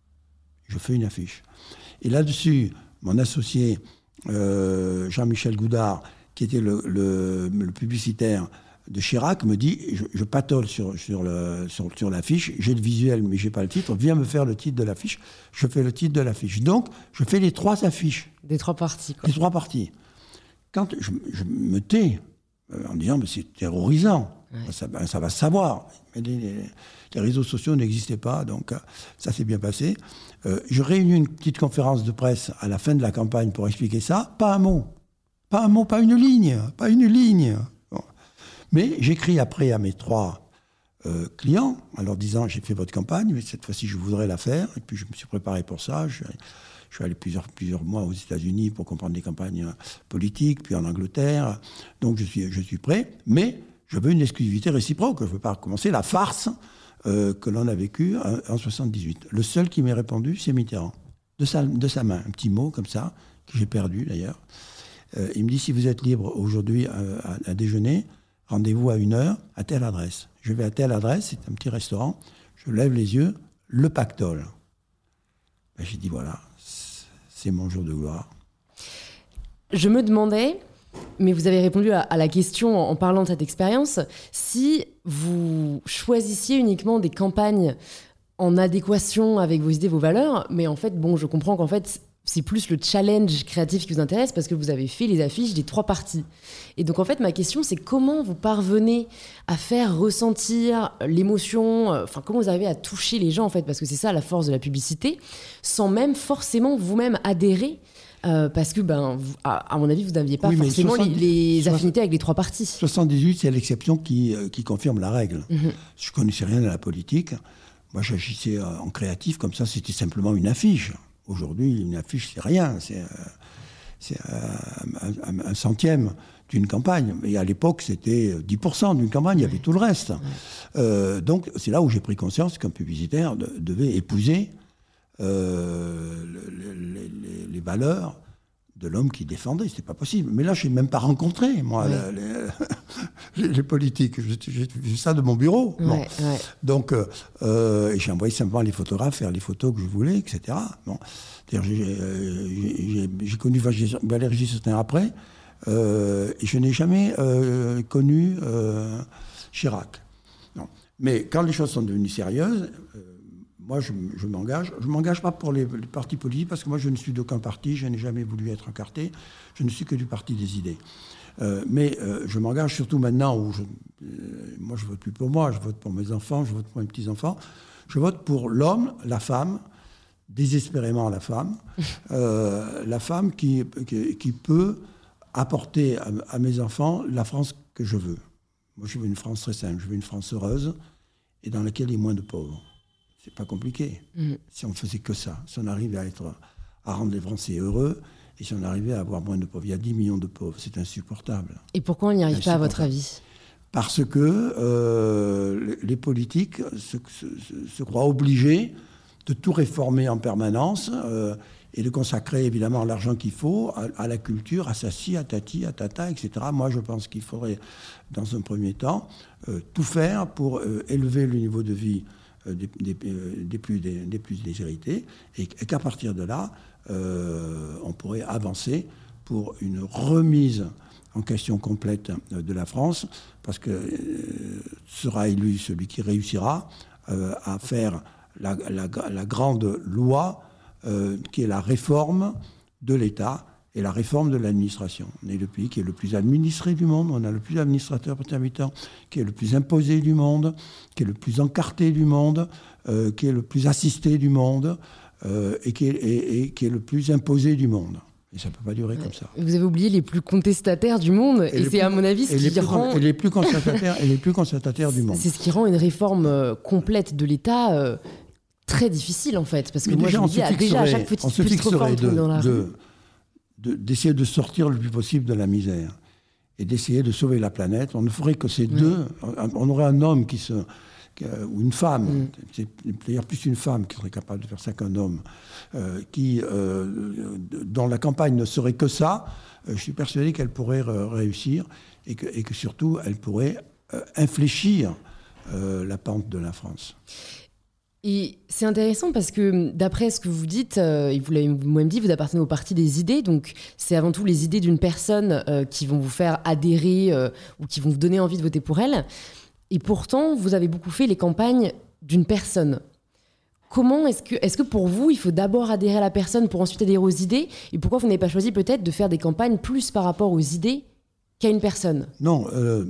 Je fais une affiche. Et là-dessus, mon associé Jean-Michel Goudard, qui était le publicitaire de Chirac, me dit « je patole sur l'affiche, j'ai le visuel mais j'ai pas le titre, viens me faire le titre de l'affiche ». Je fais le titre de l'affiche. Donc, je fais les 3 affiches.
Des 3 parties, quoi.
Les 3 parties. Quand je me tais, en disant, mais c'est terrorisant, ouais. Ça va se savoir. Mais les réseaux sociaux n'existaient pas, donc ça s'est bien passé. Je réunis une petite conférence de presse à la fin de la campagne pour expliquer ça. Pas un mot, pas une ligne. Bon. Mais j'écris après à mes 3 clients, en leur disant, j'ai fait votre campagne, mais cette fois-ci, je voudrais la faire. Et puis, je me suis préparé pour ça. Je suis allé plusieurs mois aux États-Unis pour comprendre les campagnes politiques, puis en Angleterre. Donc, je suis prêt, mais je veux une exclusivité réciproque. Je ne veux pas recommencer la farce que l'on a vécue en 78. Le seul qui m'ait répondu, c'est Mitterrand. De sa main, un petit mot comme ça, que j'ai perdu d'ailleurs. Il me dit, si vous êtes libre aujourd'hui à déjeuner, rendez-vous à 1h à telle adresse. Je vais à telle adresse, c'est un petit restaurant, je lève les yeux, le Pactole. Ben, j'ai dit, voilà, c'est mon jour de gloire.
Je me demandais, mais vous avez répondu à la question en parlant de cette expérience, si vous choisissiez uniquement des campagnes en adéquation avec vos idées, vos valeurs, mais en fait, bon, je comprends qu'en fait, c'est plus le challenge créatif qui vous intéresse parce que vous avez fait les affiches des 3 parties. Et donc, en fait, ma question, c'est comment vous parvenez à faire ressentir l'émotion, comment vous arrivez à toucher les gens, en fait, parce que c'est ça la force de la publicité, sans même forcément vous-même adhérer, parce que, à mon avis, vous n'aviez pas forcément les affinités avec les 3 parties.
78, c'est l'exception qui confirme la règle. Mm-hmm. Je ne connaissais rien à la politique. Moi, j'agissais en créatif, comme ça, c'était simplement une affiche. Aujourd'hui, une affiche, c'est rien. C'est un centième d'une campagne. Et à l'époque, c'était 10% d'une campagne. Il y avait tout le reste. Donc, c'est là où j'ai pris conscience qu'un publicitaire devait épouser les valeurs de l'homme qui défendait. C'était pas possible. Mais là, je n'ai même pas rencontré, moi, les politiques. J'ai vu ça de mon bureau. Ouais, bon. Ouais. Donc, j'ai envoyé simplement les photographes faire les photos que je voulais, etc. Bon. J'ai connu Valéry Giscard d'Estaing après, et je n'ai jamais connu Chirac. Non. Mais quand les choses sont devenues sérieuses, moi, je m'engage. Je ne m'engage pas pour les partis politiques, parce que moi, je ne suis d'aucun parti, je n'ai jamais voulu être encarté, je ne suis que du parti des idées. Mais je m'engage surtout maintenant où moi, je ne vote plus pour moi, je vote pour mes enfants, je vote pour mes petits-enfants. Je vote pour l'homme, la femme, désespérément la femme qui peut apporter à mes enfants la France que je veux. Moi, je veux une France très simple, je veux une France heureuse et dans laquelle il y ait moins de pauvres. C'est pas compliqué. Si on faisait que ça, si on arrivait à rendre les Français heureux et si on arrivait à avoir moins de pauvres. Il y a 10 millions de pauvres, c'est insupportable.
Et pourquoi on n'y arrive pas, à votre avis ?
Parce que les politiques se croient obligés de tout réformer en permanence et de consacrer évidemment l'argent qu'il faut à la culture, à Sassi, à Tati, à Tata, etc. Moi, je pense qu'il faudrait, dans un premier temps, tout faire pour élever le niveau de vie des plus déshérités et qu'à partir de là, on pourrait avancer pour une remise en question complète de la France, parce que sera élu celui qui réussira à faire la grande loi qui est la réforme de l'État et la réforme de l'administration. On est le pays qui est le plus administré du monde, on a le plus d'administrateurs intermittents, qui est le plus imposé du monde, qui est le plus encarté du monde, qui est le plus assisté du monde et qui est le plus imposé du monde. Et ça ne peut pas durer comme ça.
Vous avez oublié les plus contestataires du monde, et c'est à mon avis ce qui rend...
Et les plus contestataires du monde.
C'est ce qui rend une réforme complète de l'État très difficile, en fait. Parce que moi, je me dis, déjà, à chaque petite réforme dans la rue...
d'essayer de sortir le plus possible de la misère et d'essayer de sauver la planète. On ne ferait que ces deux. On aurait un homme ou une femme, c'est d'ailleurs plus une femme qui serait capable de faire ça qu'un homme, dont la campagne ne serait que ça. Je suis persuadé qu'elle pourrait réussir et que surtout elle pourrait infléchir la pente de la France.
Et c'est intéressant parce que d'après ce que vous dites, et vous l'avez vous-même dit, vous appartenez au parti des idées, donc c'est avant tout les idées d'une personne qui vont vous faire adhérer ou qui vont vous donner envie de voter pour elle. Et pourtant, vous avez beaucoup fait les campagnes d'une personne. Comment est-ce que pour vous, il faut d'abord adhérer à la personne pour ensuite adhérer aux idées ? Et pourquoi vous n'avez pas choisi peut-être de faire des campagnes plus par rapport aux idées qu'à une personne ?
Non,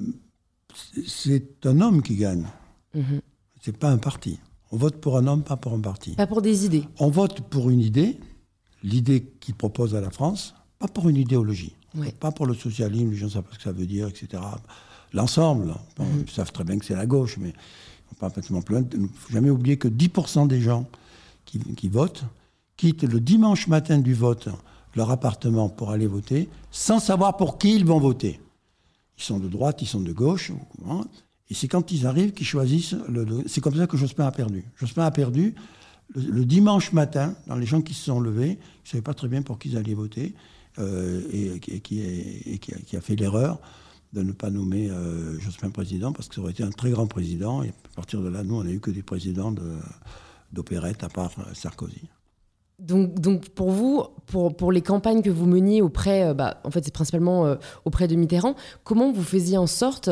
c'est un homme qui gagne. C'est pas un parti. On vote pour un homme, pas pour un parti.
Pas pour des idées.
On vote pour une idée, l'idée qu'il propose à la France, pas pour une idéologie. Pas pour le socialisme, les gens ne savent pas ce que ça veut dire, etc. L'ensemble, ils savent très bien que c'est la gauche, mais on ne peut pas tellement plus loin. Il ne faut jamais oublier que 10% des gens qui votent quittent le dimanche matin du vote leur appartement pour aller voter, sans savoir pour qui ils vont voter. Ils sont de droite, ils sont de gauche, et c'est quand ils arrivent qu'ils choisissent. C'est comme ça que Jospin a perdu. Jospin a perdu le dimanche matin, dans les gens qui se sont levés, ils ne savaient pas très bien pour qui ils allaient voter, et qui a fait l'erreur de ne pas nommer Jospin président, parce que ça aurait été un très grand président, et à partir de là, nous, on n'a eu que des présidents d'opérette, à part Sarkozy.
Donc pour vous, pour les campagnes que vous meniez auprès, en fait c'est principalement auprès de Mitterrand, comment vous faisiez en sorte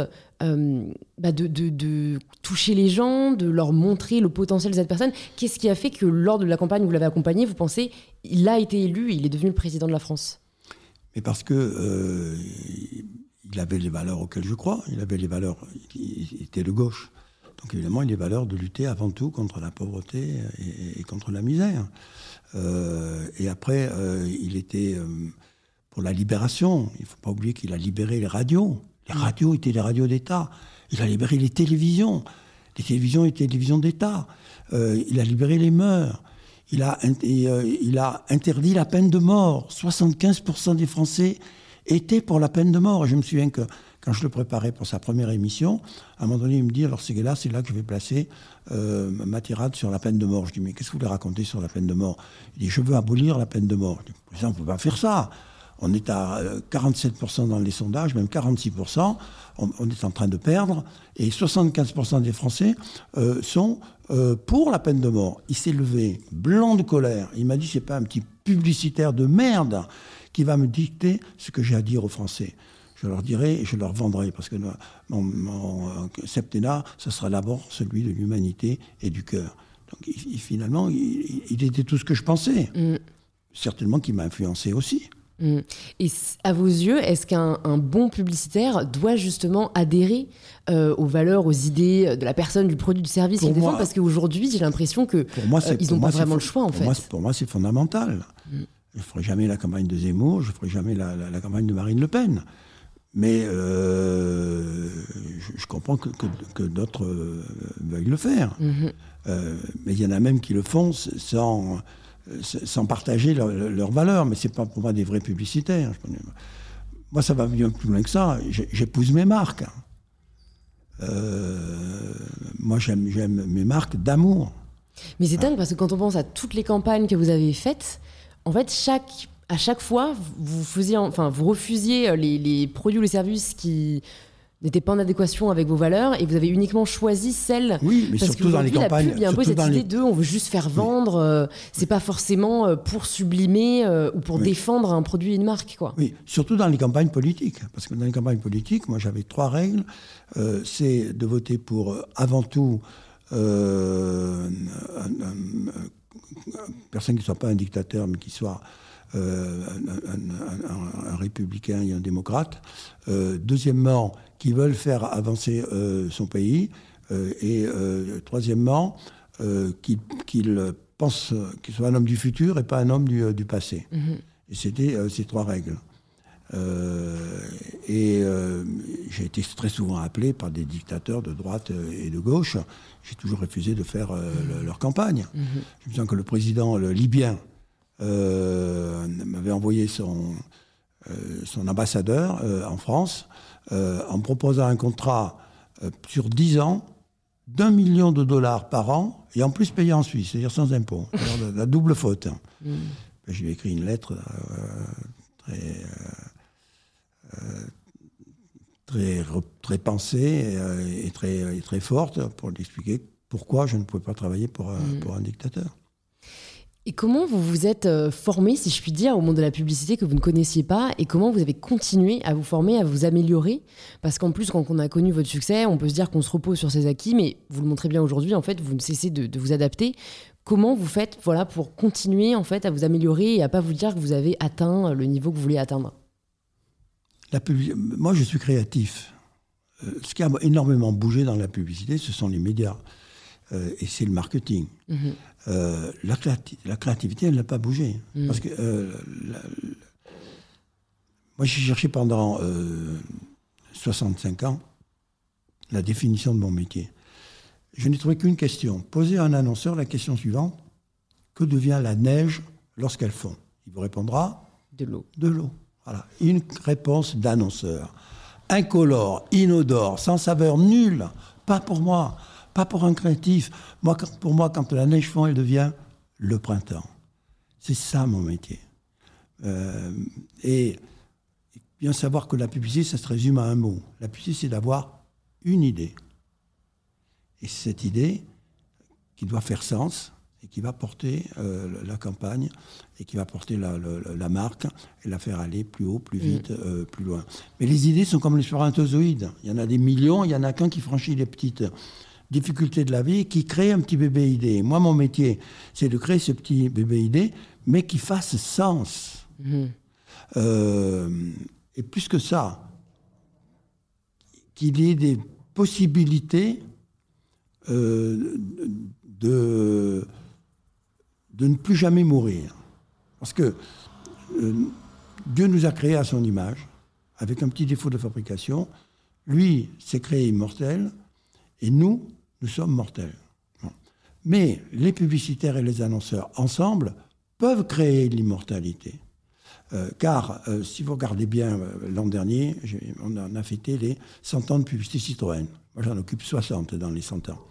de toucher les gens, de leur montrer le potentiel de cette personne ? Qu'est-ce qui a fait que lors de la campagne où vous l'avez accompagné, vous pensez il a été élu, il est devenu le président de la France ?
Mais parce que il avait les valeurs auxquelles je crois, il avait les valeurs, il était de gauche. Donc évidemment, il a les valeurs de lutter avant tout contre la pauvreté et contre la misère. Et après, il était pour la libération. Il ne faut pas oublier qu'il a libéré les radios. Les radios étaient des radios d'État. Il a libéré les télévisions. Les télévisions étaient des télévisions d'État. Il a libéré les mœurs. Il a interdit la peine de mort. 75% des Français étaient pour la peine de mort. Et je me souviens que quand je le préparais pour sa première émission, à un moment donné, il me dit, alors c'est là que je vais placer ma tirade sur la peine de mort. Je dis, mais qu'est-ce que vous voulez raconter sur la peine de mort ? Il dit, je veux abolir la peine de mort. Je dis, président, on ne peut pas faire ça. On est à 47% dans les sondages, même 46%. On est en train de perdre. Et 75% des Français sont pour la peine de mort. Il s'est levé, blanc de colère. Il m'a dit, c'est pas un petit publicitaire de merde qui va me dicter ce que j'ai à dire aux Français. je leur dirai et je leur vendrai, parce que mon septennat, ce sera d'abord celui de l'humanité et du cœur. Donc finalement, il était tout ce que je pensais. Certainement qu'il m'a influencé aussi.
Et à vos yeux, est-ce qu'un bon publicitaire doit justement adhérer aux valeurs, aux idées de la personne, du produit, du service qu'il défend ? Parce qu'aujourd'hui, j'ai l'impression qu'ils n'ont pas vraiment le choix, en fait.
Pour moi, c'est fondamental. Je ne ferai jamais la campagne de Zemmour, je ne ferai jamais la campagne de Marine Le Pen. Mais je comprends que d'autres veuillent le faire. Mais il y en a même qui le font sans partager leurs valeurs. Mais ce n'est pas pour moi des vrais publicitaires. Moi, ça va bien plus loin que ça. J'épouse mes marques. Moi, j'aime mes marques d'amour.
Mais c'est dingue parce que quand on pense à toutes les campagnes que vous avez faites, en fait, à chaque fois, vous refusiez les produits ou les services qui n'étaient pas en adéquation avec vos valeurs et vous avez uniquement choisi celles...
Oui, mais
parce
surtout dans les campagnes...
La pub, il y a un peu cette idée de on veut juste faire vendre, c'est pas forcément pour sublimer ou pour défendre un produit et une marque, quoi.
Oui, surtout dans les campagnes politiques. Parce que dans les campagnes politiques, moi j'avais 3 règles. C'est de voter pour, avant tout, personne qui ne soit pas un dictateur, mais qui soit un républicain et un démocrate. Deuxièmement, qui veulent faire avancer son pays. Et troisièmement, qu'il pense qu'il soit un homme du futur et pas un homme du passé. Et c'était ces 3 règles. J'ai été très souvent appelé par des dictateurs de droite et de gauche. J'ai toujours refusé de faire leur campagne. Je me souviens que le président libyen m'avait envoyé son ambassadeur en France en me proposant un contrat sur 10 ans d'$1 million par an et en plus payé en Suisse, c'est-à-dire sans impôt. Alors, la double faute. Je lui ai écrit une lettre très pensée et très forte pour lui expliquer pourquoi je ne pouvais pas travailler pour un dictateur.
Et comment vous vous êtes formé, si je puis dire, au monde de la publicité que vous ne connaissiez pas, et comment vous avez continué à vous former, à vous améliorer ? Parce qu'en plus, quand on a connu votre succès, on peut se dire qu'on se repose sur ses acquis, mais vous le montrez bien aujourd'hui, en fait, vous ne cessez de vous adapter. Comment vous faites pour continuer en fait, à vous améliorer et à ne pas vous dire que vous avez atteint le niveau que vous voulez atteindre ?
Moi, je suis créatif. Ce qui a énormément bougé dans la publicité, ce sont les médias. Et c'est le marketing. La créativité, elle n'a pas bougé. Parce que moi, j'ai cherché pendant 65 ans la définition de mon métier. Je n'ai trouvé qu'une question. Posez à un annonceur la question suivante. Que devient la neige lorsqu'elle fond ? Il vous répondra ?
De l'eau. De
l'eau. Voilà. Une réponse d'annonceur. Incolore, inodore, sans saveur, nulle. Pas pour moi. Pas pour un créatif. Pour moi, quand la neige fond, elle devient le printemps. C'est ça mon métier. Et bien savoir que la publicité, ça se résume à un mot. La publicité, c'est d'avoir une idée. Et c'est cette idée qui doit faire sens et qui va porter la campagne et qui va porter la marque et la faire aller plus haut, plus vite, plus loin. Mais les idées sont comme les spermatozoïdes. Il y en a des millions, il n'y en a qu'un qui franchit les petites difficultés de la vie, qui crée un petit bébé idée. Moi, mon métier, c'est de créer ce petit bébé idée, mais qui fasse sens. Et plus que ça, qu'il y ait des possibilités de ne plus jamais mourir. Parce que Dieu nous a créés à son image, avec un petit défaut de fabrication. Lui s'est créé immortel, et nous sommes mortels. Mais les publicitaires et les annonceurs, ensemble, peuvent créer l'immortalité. Car, si vous regardez bien, l'an dernier, on a fêté les 100 ans de publicité Citroën. Moi, j'en occupe 60 dans les 100 ans.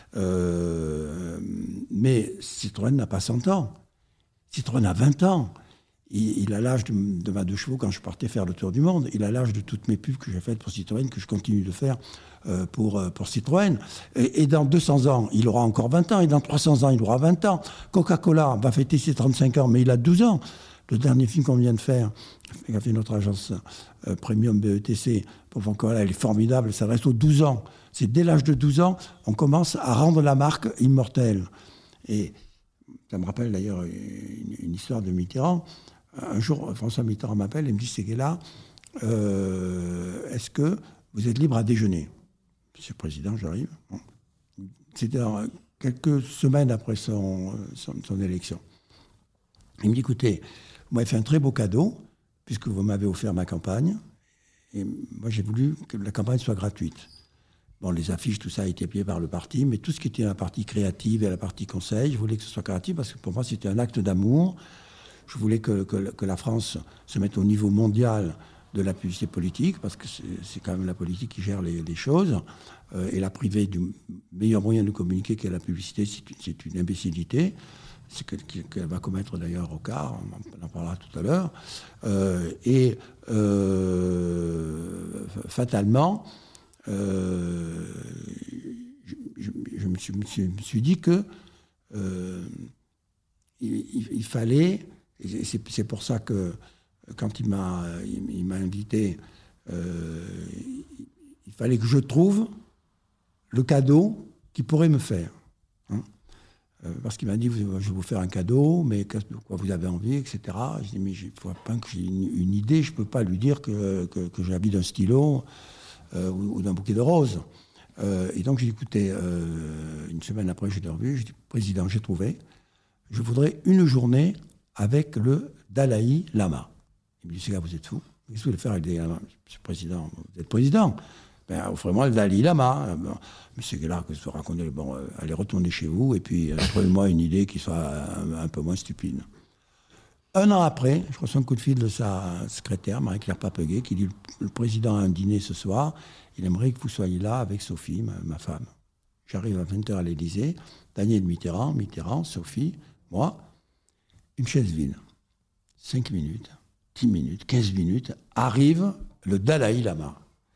Mais Citroën n'a pas 100 ans. Citroën a 20 ans. Il a l'âge de ma 2 chevaux quand je partais faire le tour du monde. Il a l'âge de toutes mes pubs que j'ai faites pour Citroën, que je continue de faire pour Citroën. Et dans 200 ans, il aura encore 20 ans. Et dans 300 ans, il aura 20 ans. Coca-Cola va fêter ses 35 ans, mais il a 12 ans. Le dernier film qu'on vient de faire, qu'a fait notre agence Premium BETC pour Fancola, elle est formidable, ça reste aux 12 ans. C'est dès l'âge de 12 ans, on commence à rendre la marque immortelle. Et ça me rappelle d'ailleurs une histoire de Mitterrand. Un jour, François Mitterrand m'appelle et me dit, Séguéla, est-ce que vous êtes libre à déjeuner? Monsieur le Président, j'arrive. Bon. C'était quelques semaines après son élection. Il me dit, écoutez, vous m'avez fait un très beau cadeau, puisque vous m'avez offert ma campagne, et moi j'ai voulu que la campagne soit gratuite. Bon, les affiches, tout ça a été payé par le parti, mais tout ce qui était la partie créative et la partie conseil, je voulais que ce soit gratuit, parce que pour moi c'était un acte d'amour. Je voulais que la France se mette au niveau mondial de la publicité politique, parce que c'est quand même la politique qui gère les choses, et la priver du meilleur moyen de communiquer qu'est la publicité, c'est une imbécilité. C'est qu'elle va commettre d'ailleurs au quart, on en parlera tout à l'heure. Fatalement, je me suis dit que il fallait, et c'est pour ça que quand il m'a invité, il fallait que je trouve le cadeau qu'il pourrait me faire. Parce qu'il m'a dit, je vais vous faire un cadeau, mais de quoi vous avez envie, etc. Je dis, mais il faut pas que j'ai une idée, je ne peux pas lui dire que j'ai envie d'un stylo ou d'un bouquet de roses. Et donc j'ai dit, écoutez, une semaine après, je l'ai revu, j'ai dit, Président, j'ai trouvé, je voudrais une journée avec le Dalai Lama. Il me dit, c'est là, vous êtes fou. Qu'est-ce que vous voulez faire avec des Lamas? Monsieur le Président, vous êtes président. Ben, offrez-moi le Dalai Lama. Bon, mais c'est là que je vous raconter. Bon, allez retourner chez vous et puis trouvez-moi une idée qui soit un peu moins stupide. Un an après, je reçois un coup de fil de sa secrétaire, Marie-Claire Papeguet, qui dit, le président a un dîner ce soir, il aimerait que vous soyez là avec Sophie, ma femme. J'arrive à 20h à l'Élysée, Daniel Mitterrand, Sophie, moi, une chaise vide. 5 minutes, 10 minutes, 15 minutes, arrive le Dalai Lama.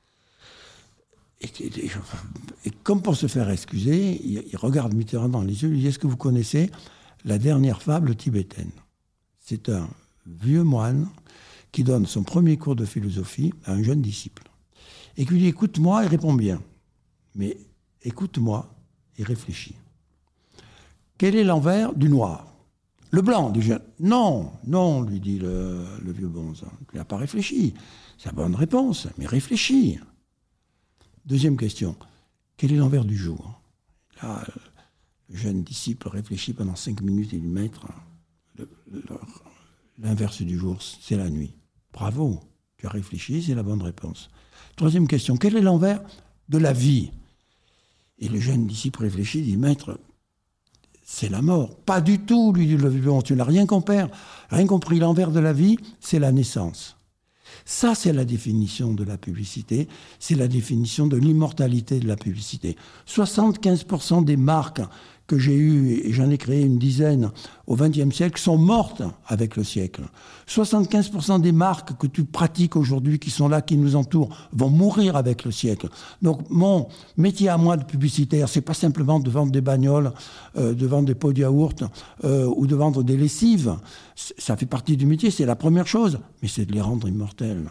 Et comme pour se faire excuser, il regarde Mitterrand dans les yeux, il lui dit, est-ce que vous connaissez la dernière fable tibétaine? C'est un vieux moine qui donne son premier cours de philosophie à un jeune disciple. Et qui lui dit, écoute-moi et réponds bien. Mais écoute-moi et réfléchis. Quel est l'envers du noir? Le blanc, du jeune. Non, lui dit le vieux bonze. Il n'a pas réfléchi. C'est la bonne réponse, mais réfléchis. Deuxième question, quel est l'envers du jour? Là, le jeune disciple réfléchit pendant 5 minutes et lui maître, l'inverse du jour, c'est la nuit. Bravo, tu as réfléchi, c'est la bonne réponse. Troisième question, quel est l'envers de la vie? Et le jeune disciple réfléchit, dit, maître, c'est la mort. Pas du tout, lui dit le vieux bonze, tu n'as rien compris. L'envers de la vie, c'est la naissance. Ça, c'est la définition de la publicité, c'est la définition de l'immortalité de la publicité. 75% des marques que j'ai eues, et j'en ai créé une dizaine au XXe siècle, sont mortes avec le siècle. 75% des marques que tu pratiques aujourd'hui, qui sont là, qui nous entourent, vont mourir avec le siècle. Donc mon métier à moi de publicitaire, c'est pas simplement de vendre des bagnoles, de vendre des pots de yaourt ou de vendre des lessives. Ça fait partie du métier, c'est la première chose, mais c'est de les rendre immortelles.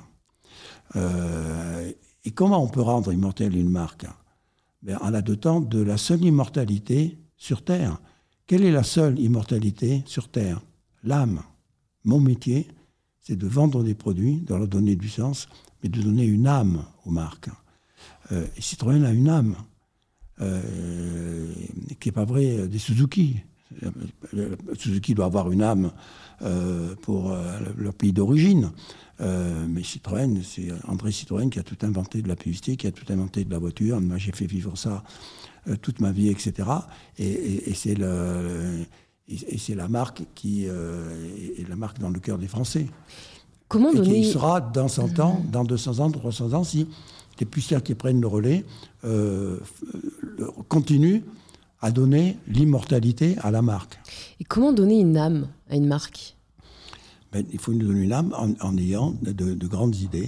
Et comment on peut rendre immortelle une marque? En la dotant de la seule immortalité sur Terre. Quelle est la seule immortalité sur Terre? L'âme. Mon métier, c'est de vendre des produits, de leur donner du sens, mais de donner une âme aux marques. Et Citroën a une âme, qui n'est pas vrai des Suzuki. Suzuki doit avoir une âme pour leur pays d'origine. Mais Citroën, c'est André Citroën qui a tout inventé de la publicité, qui a tout inventé de la voiture. Moi, j'ai fait vivre ça toute ma vie, etc. Et c'est la marque qui est la marque dans le cœur des Français.
Comment
et
donner...
qui sera dans 100 ans, dans 200 ans, 300 ans, si les publicitaires qui prennent le relais continuent à donner l'immortalité à la marque.
Et comment donner une âme à une marque?
Il faut nous donner une âme en ayant de grandes idées.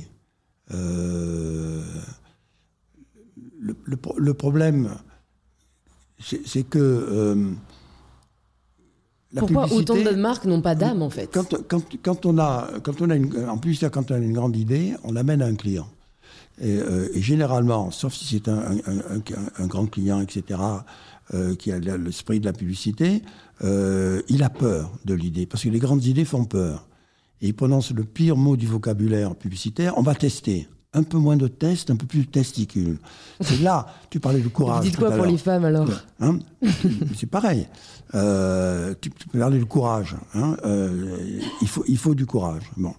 Le problème, c'est que
Pourquoi autant de marques n'ont pas d'âme, en fait?
Quand on a une grande idée, on l'amène à un client. Et généralement, sauf si c'est un grand client, etc., qui a l'esprit de la publicité, il a peur de l'idée, parce que les grandes idées font peur. Et il prononce le pire mot du vocabulaire publicitaire, on va tester. Un peu moins de tests, un peu plus de testicules. C'est là, tu parlais de courage.
Vous dites quoi pour les femmes, alors?
C'est pareil. Tu peux parler de courage. Il faut du courage. Bon.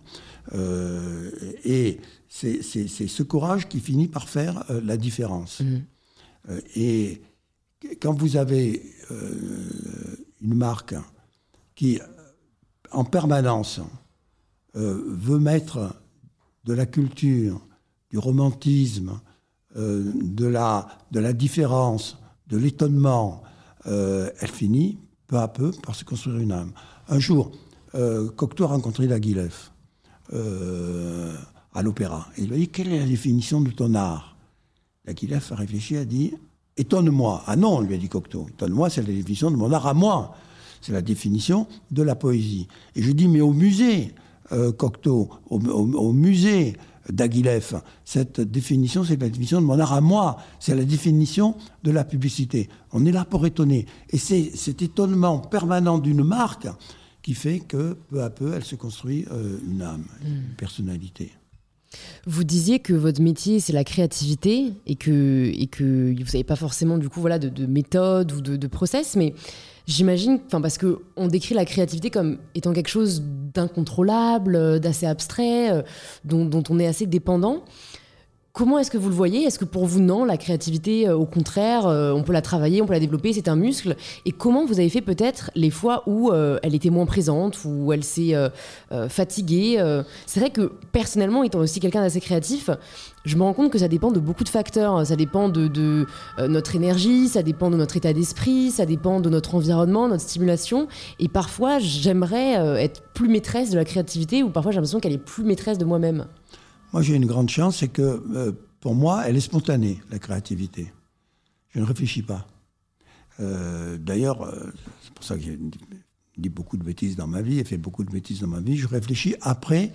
Et c'est ce courage qui finit par faire la différence. Et quand vous avez une marque qui, en permanence, veut mettre de la culture, du romantisme, de la différence, de l'étonnement, elle finit peu à peu par se construire une âme. Un jour, Cocteau a rencontré Diaghilev à l'opéra. Et il lui a dit, quelle est la définition de ton art? Diaghilev a réfléchi, a dit, étonne-moi. Ah non, lui a dit Cocteau, étonne-moi, c'est la définition de mon art à moi. C'est la définition de la poésie. Et je dis, mais au musée, Cocteau, au musée Diaghilev, cette définition, c'est la définition de mon art à moi. C'est la définition de la publicité. On est là pour étonner. Et c'est cet étonnement permanent d'une marque qui fait que, peu à peu, elle se construit une âme, une personnalité.
Vous disiez que votre métier, c'est la créativité et que vous n'avez pas forcément du coup, voilà, de méthode ou de process, mais j'imagine, parce qu'on décrit la créativité comme étant quelque chose d'incontrôlable, d'assez abstrait, dont on est assez dépendant. Comment est-ce que vous le voyez? Est-ce que pour vous, non, la créativité, au contraire, on peut la travailler, on peut la développer, c'est un muscle? Et comment vous avez fait peut-être les fois où elle était moins présente, où elle s'est fatiguée? C'est vrai que personnellement, étant aussi quelqu'un d'assez créatif, je me rends compte que ça dépend de beaucoup de facteurs. Ça dépend de notre énergie, ça dépend de notre état d'esprit, ça dépend de notre environnement, notre stimulation. Et parfois, j'aimerais être plus maîtresse de la créativité, ou parfois j'ai l'impression qu'elle est plus maîtresse de moi-même.
Moi, j'ai une grande chance, c'est que pour moi, elle est spontanée, la créativité. Je ne réfléchis pas. D'ailleurs, c'est pour ça que j'ai dit beaucoup de bêtises dans ma vie et fait beaucoup de bêtises dans ma vie. Je réfléchis après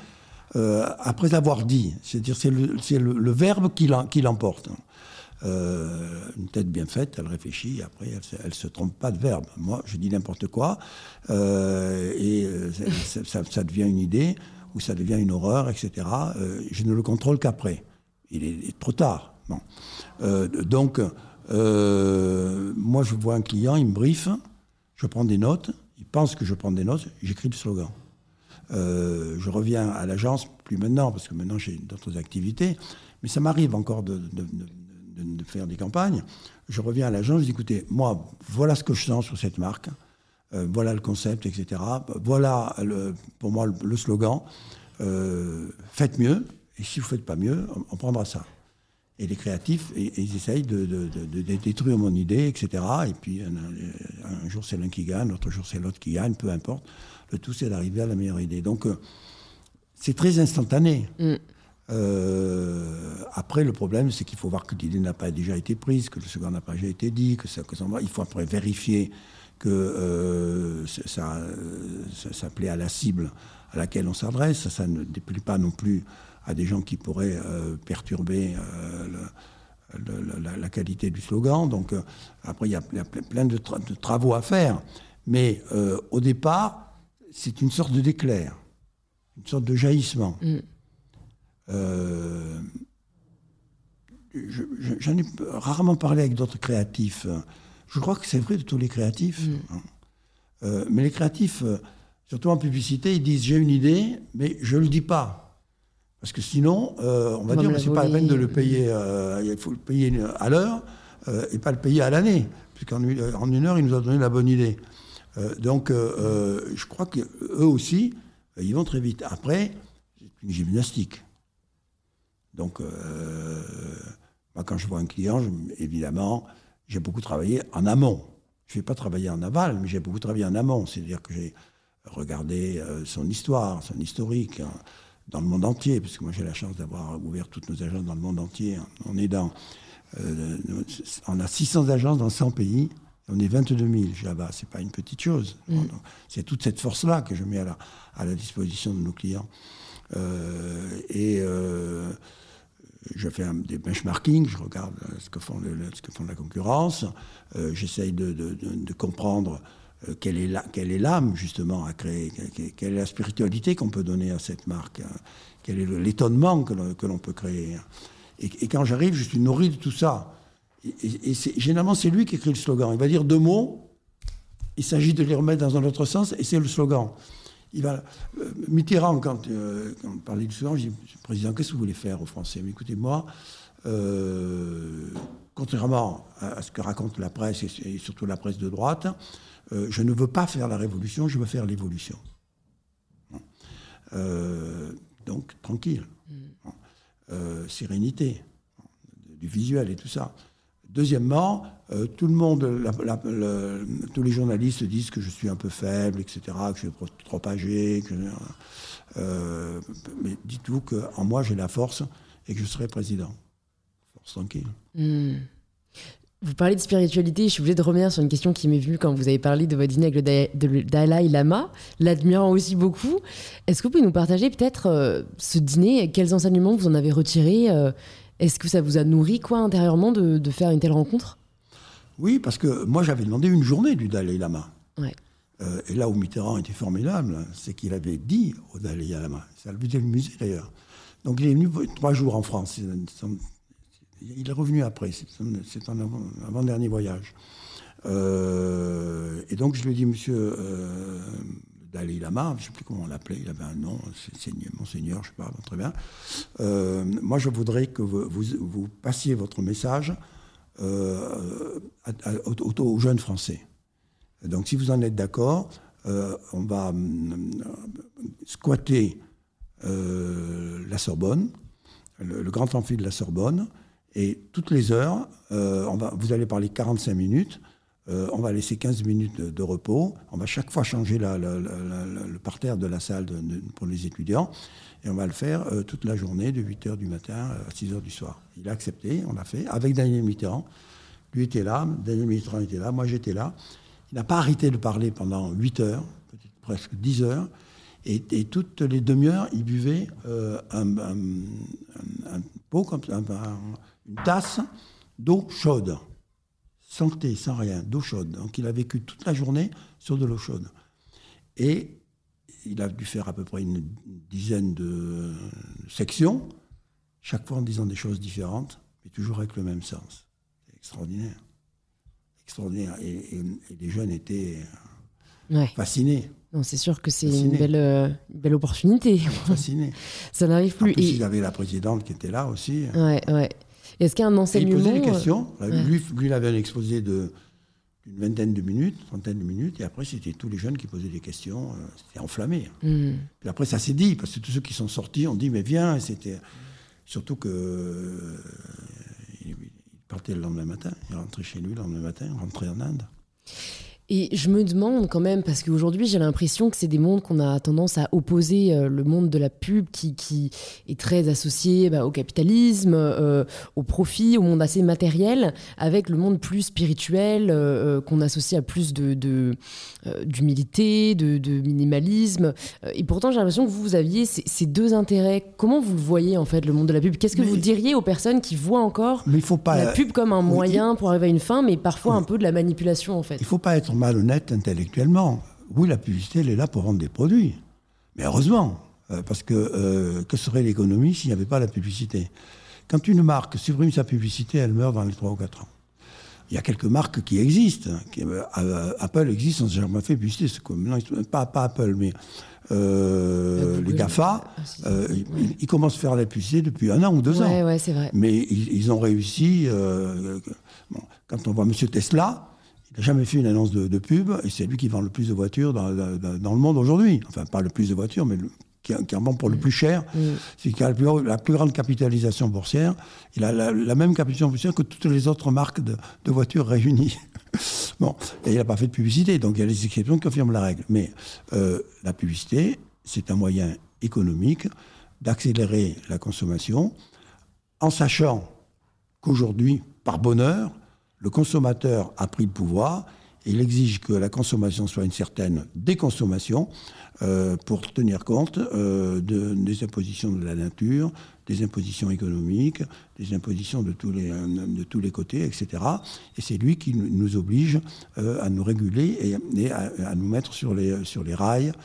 avoir dit. C'est-à-dire, c'est le verbe qui l'emporte. Une tête bien faite, elle réfléchit, et après, elle se trompe pas de verbe. Moi, je dis n'importe quoi, et ça devient une idée, ou ça devient une horreur, etc. Je ne le contrôle qu'après. Il est trop tard. Bon. Donc, moi, je vois un client, il me briefe, je prends des notes, il pense que je prends des notes, j'écris le slogan. Je reviens à l'agence, plus maintenant, parce que maintenant j'ai d'autres activités, mais ça m'arrive encore de faire des campagnes. Je reviens à l'agence, je dis, écoutez, moi, voilà ce que je sens sur cette marque. Voilà le concept, etc. Voilà, pour moi, le slogan. Faites mieux, et si vous ne faites pas mieux, on prendra ça. Et les créatifs, ils essayent de détruire mon idée, etc. Et puis, un jour, c'est l'un qui gagne, l'autre jour, c'est l'autre qui gagne, peu importe. Le tout, c'est d'arriver à la meilleure idée. Donc, c'est très instantané. Après, le problème, c'est qu'il faut voir que l'idée n'a pas déjà été prise, que le slogan n'a pas déjà été dit, il faut après vérifier que ça plaît à la cible à laquelle on s'adresse. Ça ne déplaît pas non plus à des gens qui pourraient perturber la qualité du slogan. Donc après, il y a plein de travaux à faire. Mais au départ, c'est une sorte d'éclair, une sorte de jaillissement. J'en ai rarement parlé avec d'autres créatifs. Je crois que c'est vrai de tous les créatifs. Mais les créatifs, surtout en publicité, ils disent « j'ai une idée, mais je ne le dis pas ». Parce que sinon, on va dire que ce n'est pas la peine de le payer. Il faut le payer à l'heure et pas le payer à l'année. Puisqu'en une heure, il nous a donné la bonne idée. Donc, je crois qu'eux aussi, ils vont très vite. Après, c'est une gymnastique. Donc, moi, quand je vois un client, évidemment, j'ai beaucoup travaillé en amont. Je ne vais pas travailler en aval, mais j'ai beaucoup travaillé en amont. C'est-à-dire que j'ai regardé son histoire, son historique, dans le monde entier, parce que moi, j'ai la chance d'avoir ouvert toutes nos agences dans le monde entier. On a 600 agences dans 100 pays. On est 22 000 là-bas, c'est pas une petite chose. Donc, c'est toute cette force-là que je mets à la disposition de nos clients. Je fais des benchmarking, je regarde ce que font la concurrence, j'essaye de comprendre quelle est l'âme, justement, à créer, quelle est la spiritualité qu'on peut donner à cette marque, quel est l'étonnement que l'on peut créer. Et quand j'arrive, je suis nourri de tout ça. Et généralement, c'est lui qui écrit le slogan. Il va dire 2 mots, il s'agit de les remettre dans un autre sens, et c'est le slogan. Mitterrand, quand on parlait du slogan, je dis, Monsieur le Président, qu'est-ce que vous voulez faire aux Français? Mais écoutez, moi, contrairement à ce que raconte la presse, et surtout la presse de droite, je ne veux pas faire la révolution, je veux faire l'évolution. Donc, tranquille. Sérénité, du visuel et tout ça. Deuxièmement, tout le monde, tous les journalistes disent que je suis un peu faible, etc., que je suis trop âgé. Mais dites-vous qu'en moi, j'ai la force et que je serai président. Force tranquille.
Vous parlez de spiritualité, je suis obligée de revenir sur une question qui m'est venue quand vous avez parlé de votre dîner avec le Dalai Lama, l'admirant aussi beaucoup. Est-ce que vous pouvez nous partager peut-être ce dîner, quels enseignements vous en avez retirés? Est-ce que ça vous a nourri intérieurement de faire une telle rencontre?
Oui, parce que moi j'avais demandé une journée du Dalai Lama.
Ouais.
Et là où Mitterrand était formidable, c'est qu'il avait dit au Dalai Lama, ça le but du musée d'ailleurs. Donc il est venu 3 jours en France. Il est revenu après, c'est un avant-dernier voyage. Et donc je lui ai dit, monsieur Dalai Lama, je ne sais plus comment on l'appelait, il avait un nom, c'est Monseigneur, je ne sais pas, très bien. Moi je voudrais que vous passiez votre message aux jeunes Français. Donc si vous en êtes d'accord, on va squatter la Sorbonne, le grand amphi de la Sorbonne, et toutes les heures, vous allez parler 45 minutes, on va laisser 15 minutes de repos, on va chaque fois changer le parterre de la salle pour les étudiants, et on va le faire toute la journée, de 8h du matin à 6h du soir. Il a accepté, on l'a fait, avec Daniel Mitterrand. Lui était là, Daniel Mitterrand était là, moi j'étais là. Il n'a pas arrêté de parler pendant 8 heures, peut-être presque 10 heures, et toutes les demi-heures, il buvait un pot, comme ça, une tasse d'eau chaude, sans thé, sans rien, d'eau chaude. Donc il a vécu toute la journée sur de l'eau chaude. Et il a dû faire à peu près une dizaine de sections, chaque fois en disant des choses différentes, mais toujours avec le même sens. C'est extraordinaire. Extraordinaire. Et les jeunes étaient fascinés.
Non, c'est sûr que c'est une belle opportunité.
Fascinés.
Ça n'arrive plus.
En plus, il y avait la présidente qui était là aussi.
Ouais. Est-ce qu'il y a un enseignement...
il posait des questions. Lui, il avait un exposé d'une vingtaine de minutes, trentaine de minutes, et après, c'était tous les jeunes qui posaient des questions. C'était enflammé. Puis après, ça s'est dit, parce que tous ceux qui sont sortis ont dit, mais viens, c'était... Surtout que... il partait le lendemain matin, il rentrait chez lui le lendemain matin, il rentrait en Inde.
Et je me demande quand même, parce qu'aujourd'hui j'ai l'impression que c'est des mondes qu'on a tendance à opposer, le monde de la pub qui est très associé au capitalisme, au profit, au monde assez matériel, avec le monde plus spirituel qu'on associe à plus d'humilité, de minimalisme. Et pourtant j'ai l'impression que vous aviez ces deux intérêts. Comment vous le voyez en fait, le monde de la pub? Qu'est-ce que vous diriez aux personnes qui voient encore la pub comme un moyen pour arriver à une fin, mais parfois un peu de la manipulation en fait?
Il ne faut pas être malhonnête intellectuellement. Oui, la publicité, elle est là pour vendre des produits. Mais heureusement, parce que serait l'économie s'il n'y avait pas la publicité? Quand une marque supprime sa publicité, elle meurt dans les 3 ou 4 ans. Il y a quelques marques qui existent. Apple existe, on n'a jamais fait publicité. Non, pas Apple, mais les GAFA, ils commencent à faire la publicité depuis 1 an ou 2 ans.
Ouais, c'est vrai.
Mais ils ont réussi. Quand on voit M. Tesla, il n'a jamais fait une annonce de pub, et c'est lui qui vend le plus de voitures dans le monde aujourd'hui. Enfin, pas le plus de voitures, mais qui en vend pour le plus cher. C'est qui a la plus grande capitalisation boursière. Il a la même capitalisation boursière que toutes les autres marques de voitures réunies. Bon, et il n'a pas fait de publicité, donc il y a les exceptions qui confirment la règle. Mais la publicité, c'est un moyen économique d'accélérer la consommation, en sachant qu'aujourd'hui, par bonheur, le consommateur a pris le pouvoir et il exige que la consommation soit une certaine déconsommation pour tenir compte des impositions de la nature, des impositions économiques, des impositions de tous les côtés, etc. Et c'est lui qui nous oblige à nous réguler et à nous mettre sur les rails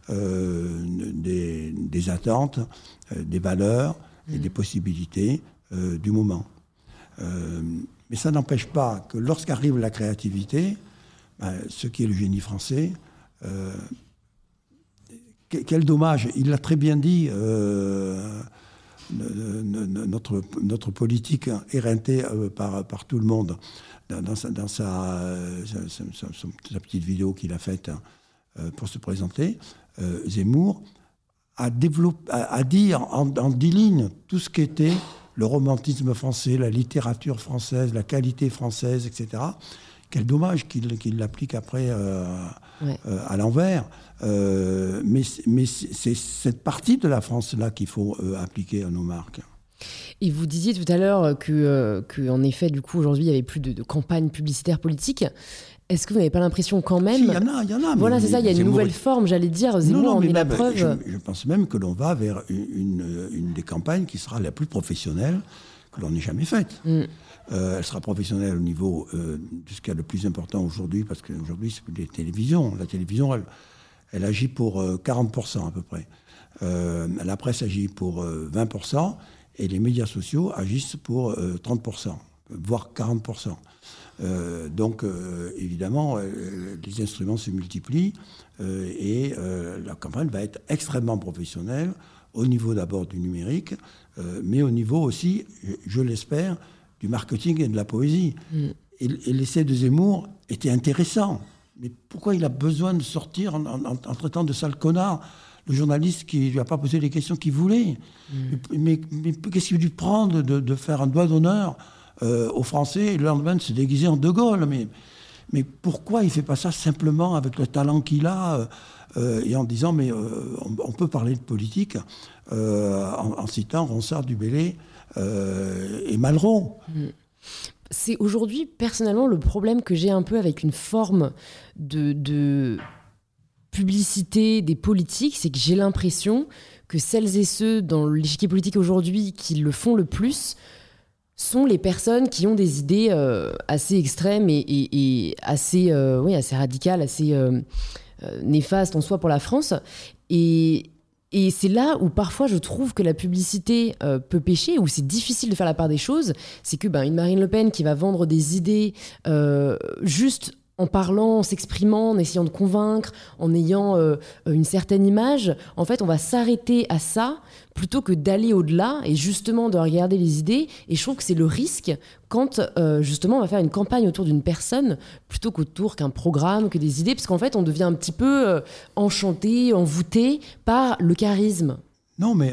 des attentes, des valeurs et des possibilités du moment. Mais ça n'empêche pas que lorsqu'arrive la créativité, ce qui est le génie français, quel dommage, il l'a très bien dit, notre politique éreintée par tout le monde dans sa petite vidéo qu'il a faite pour se présenter, Zemmour a dit en 10 lignes tout ce qu'était le romantisme français, la littérature française, la qualité française, etc. Quel dommage qu'il l'applique après à l'envers. Mais c'est cette partie de la France-là qu'il faut appliquer à nos marques.
Et vous disiez tout à l'heure qu'en effet, du coup, aujourd'hui, il n'y avait plus de campagne publicitaire politique. Est-ce que vous n'avez pas l'impression quand même...
Si, il y en a.
Voilà, c'est ça, il y a une nouvelle forme, j'allais dire. Zemmour en est la preuve.
Je pense même que l'on va vers une des campagnes qui sera la plus professionnelle que l'on ait jamais faite. Elle sera professionnelle au niveau de ce qu'il y a de plus important aujourd'hui, parce qu'aujourd'hui, c'est plus les télévisions. La télévision, elle agit pour 40% à peu près. La presse agit pour 20%, et les médias sociaux agissent pour 30%, voire 40%. Donc, évidemment, les instruments se multiplient et la campagne va être extrêmement professionnelle, au niveau d'abord du numérique, mais au niveau aussi, je l'espère, du marketing et de la poésie. Et l'essai de Zemmour était intéressant. Mais pourquoi il a besoin de sortir en traitant de sale connard le journaliste qui ne lui a pas posé les questions qu'il voulait? Mais qu'est-ce qu'il lui prend de faire un doigt d'honneur aux Français et le lendemain de se déguiser en De Gaulle? Mais pourquoi il ne fait pas ça simplement avec le talent qu'il a et en disant mais on peut parler de politique en citant Ronsard, Dubélé et Malraux.
C'est aujourd'hui, personnellement, le problème que j'ai un peu avec une forme de publicité des politiques, c'est que j'ai l'impression que celles et ceux dans l'échiquier politique aujourd'hui qui le font le plus sont les personnes qui ont des idées assez extrêmes et assez radicales, assez néfastes en soi pour la France. Et c'est là où parfois je trouve que la publicité peut pécher, où c'est difficile de faire la part des choses. C'est que une Marine Le Pen qui va vendre des idées juste en parlant, en s'exprimant, en essayant de convaincre, en ayant une certaine image, en fait, on va s'arrêter à ça plutôt que d'aller au-delà et justement de regarder les idées. Et je trouve que c'est le risque quand, justement, on va faire une campagne autour d'une personne plutôt qu'autour qu'un programme, que des idées, parce qu'en fait, on devient un petit peu enchanté, envoûté par le charisme.
Non, mais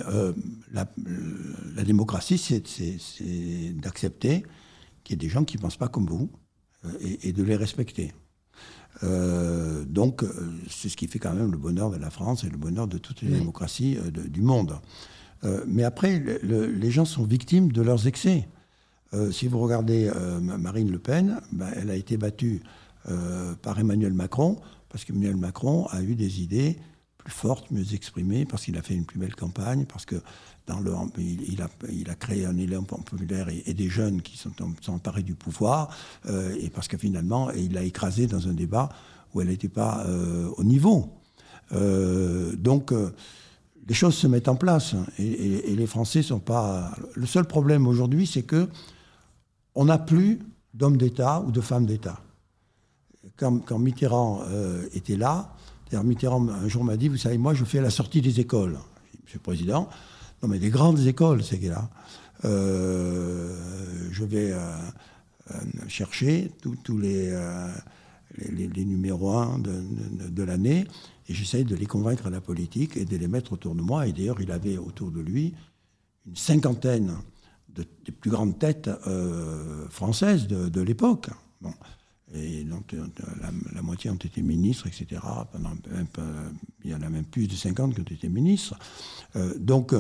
la démocratie, c'est d'accepter qu'il y ait des gens qui ne pensent pas comme vous. Et de les respecter. Donc, c'est ce qui fait quand même le bonheur de la France et le bonheur de toutes les démocraties du monde. Mais après, les gens sont victimes de leurs excès. Si vous regardez Marine Le Pen, elle a été battue par Emmanuel Macron, parce qu'Emmanuel Macron a eu des idées plus fortes, mieux exprimées, parce qu'il a fait une plus belle campagne, parce que il a créé un élan populaire et des jeunes qui sont emparés du pouvoir, et parce que finalement, il l'a écrasé dans un débat où elle n'était pas au niveau. Donc, les choses se mettent en place, et les Français ne sont pas... Le seul problème aujourd'hui, c'est qu'on n'a plus d'hommes d'État ou de femmes d'État. Quand Mitterrand était là, Mitterrand un jour m'a dit, vous savez, moi je fais la sortie des écoles. Monsieur le Président, non mais des grandes écoles, ces gars-là. Je vais chercher tous les numéros 1 de l'année et j'essaye de les convaincre à la politique et de les mettre autour de moi. Et d'ailleurs, il avait autour de lui une cinquantaine des plus grandes têtes françaises de l'époque. Bon. Et donc, la moitié ont été ministres, etc. Il y en a même plus de 50 qui ont été ministres. Donc,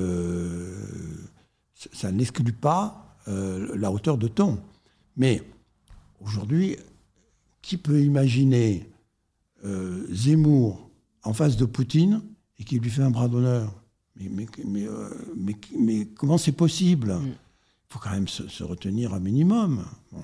ça n'exclut pas la hauteur de ton. Mais Aujourd'hui, qui peut imaginer Zemmour en face de Poutine et qui lui fait un bras d'honneur ? Mais comment c'est possible ? Il faut quand même se retenir un minimum. Bon.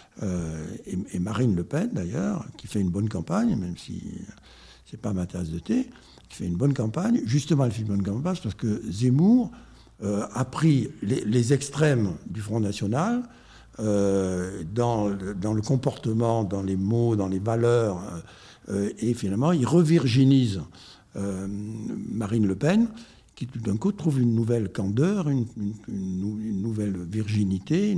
Et Marine Le Pen, d'ailleurs, qui fait une bonne campagne, même si c'est pas ma tasse de thé, qui fait une bonne campagne. Justement, elle fait une bonne campagne parce que Zemmour a pris les extrêmes du Front National dans le comportement, dans les mots, dans les valeurs, et finalement, il revirginise Marine Le Pen, qui tout d'un coup trouve une nouvelle candeur, une nouvelle virginité,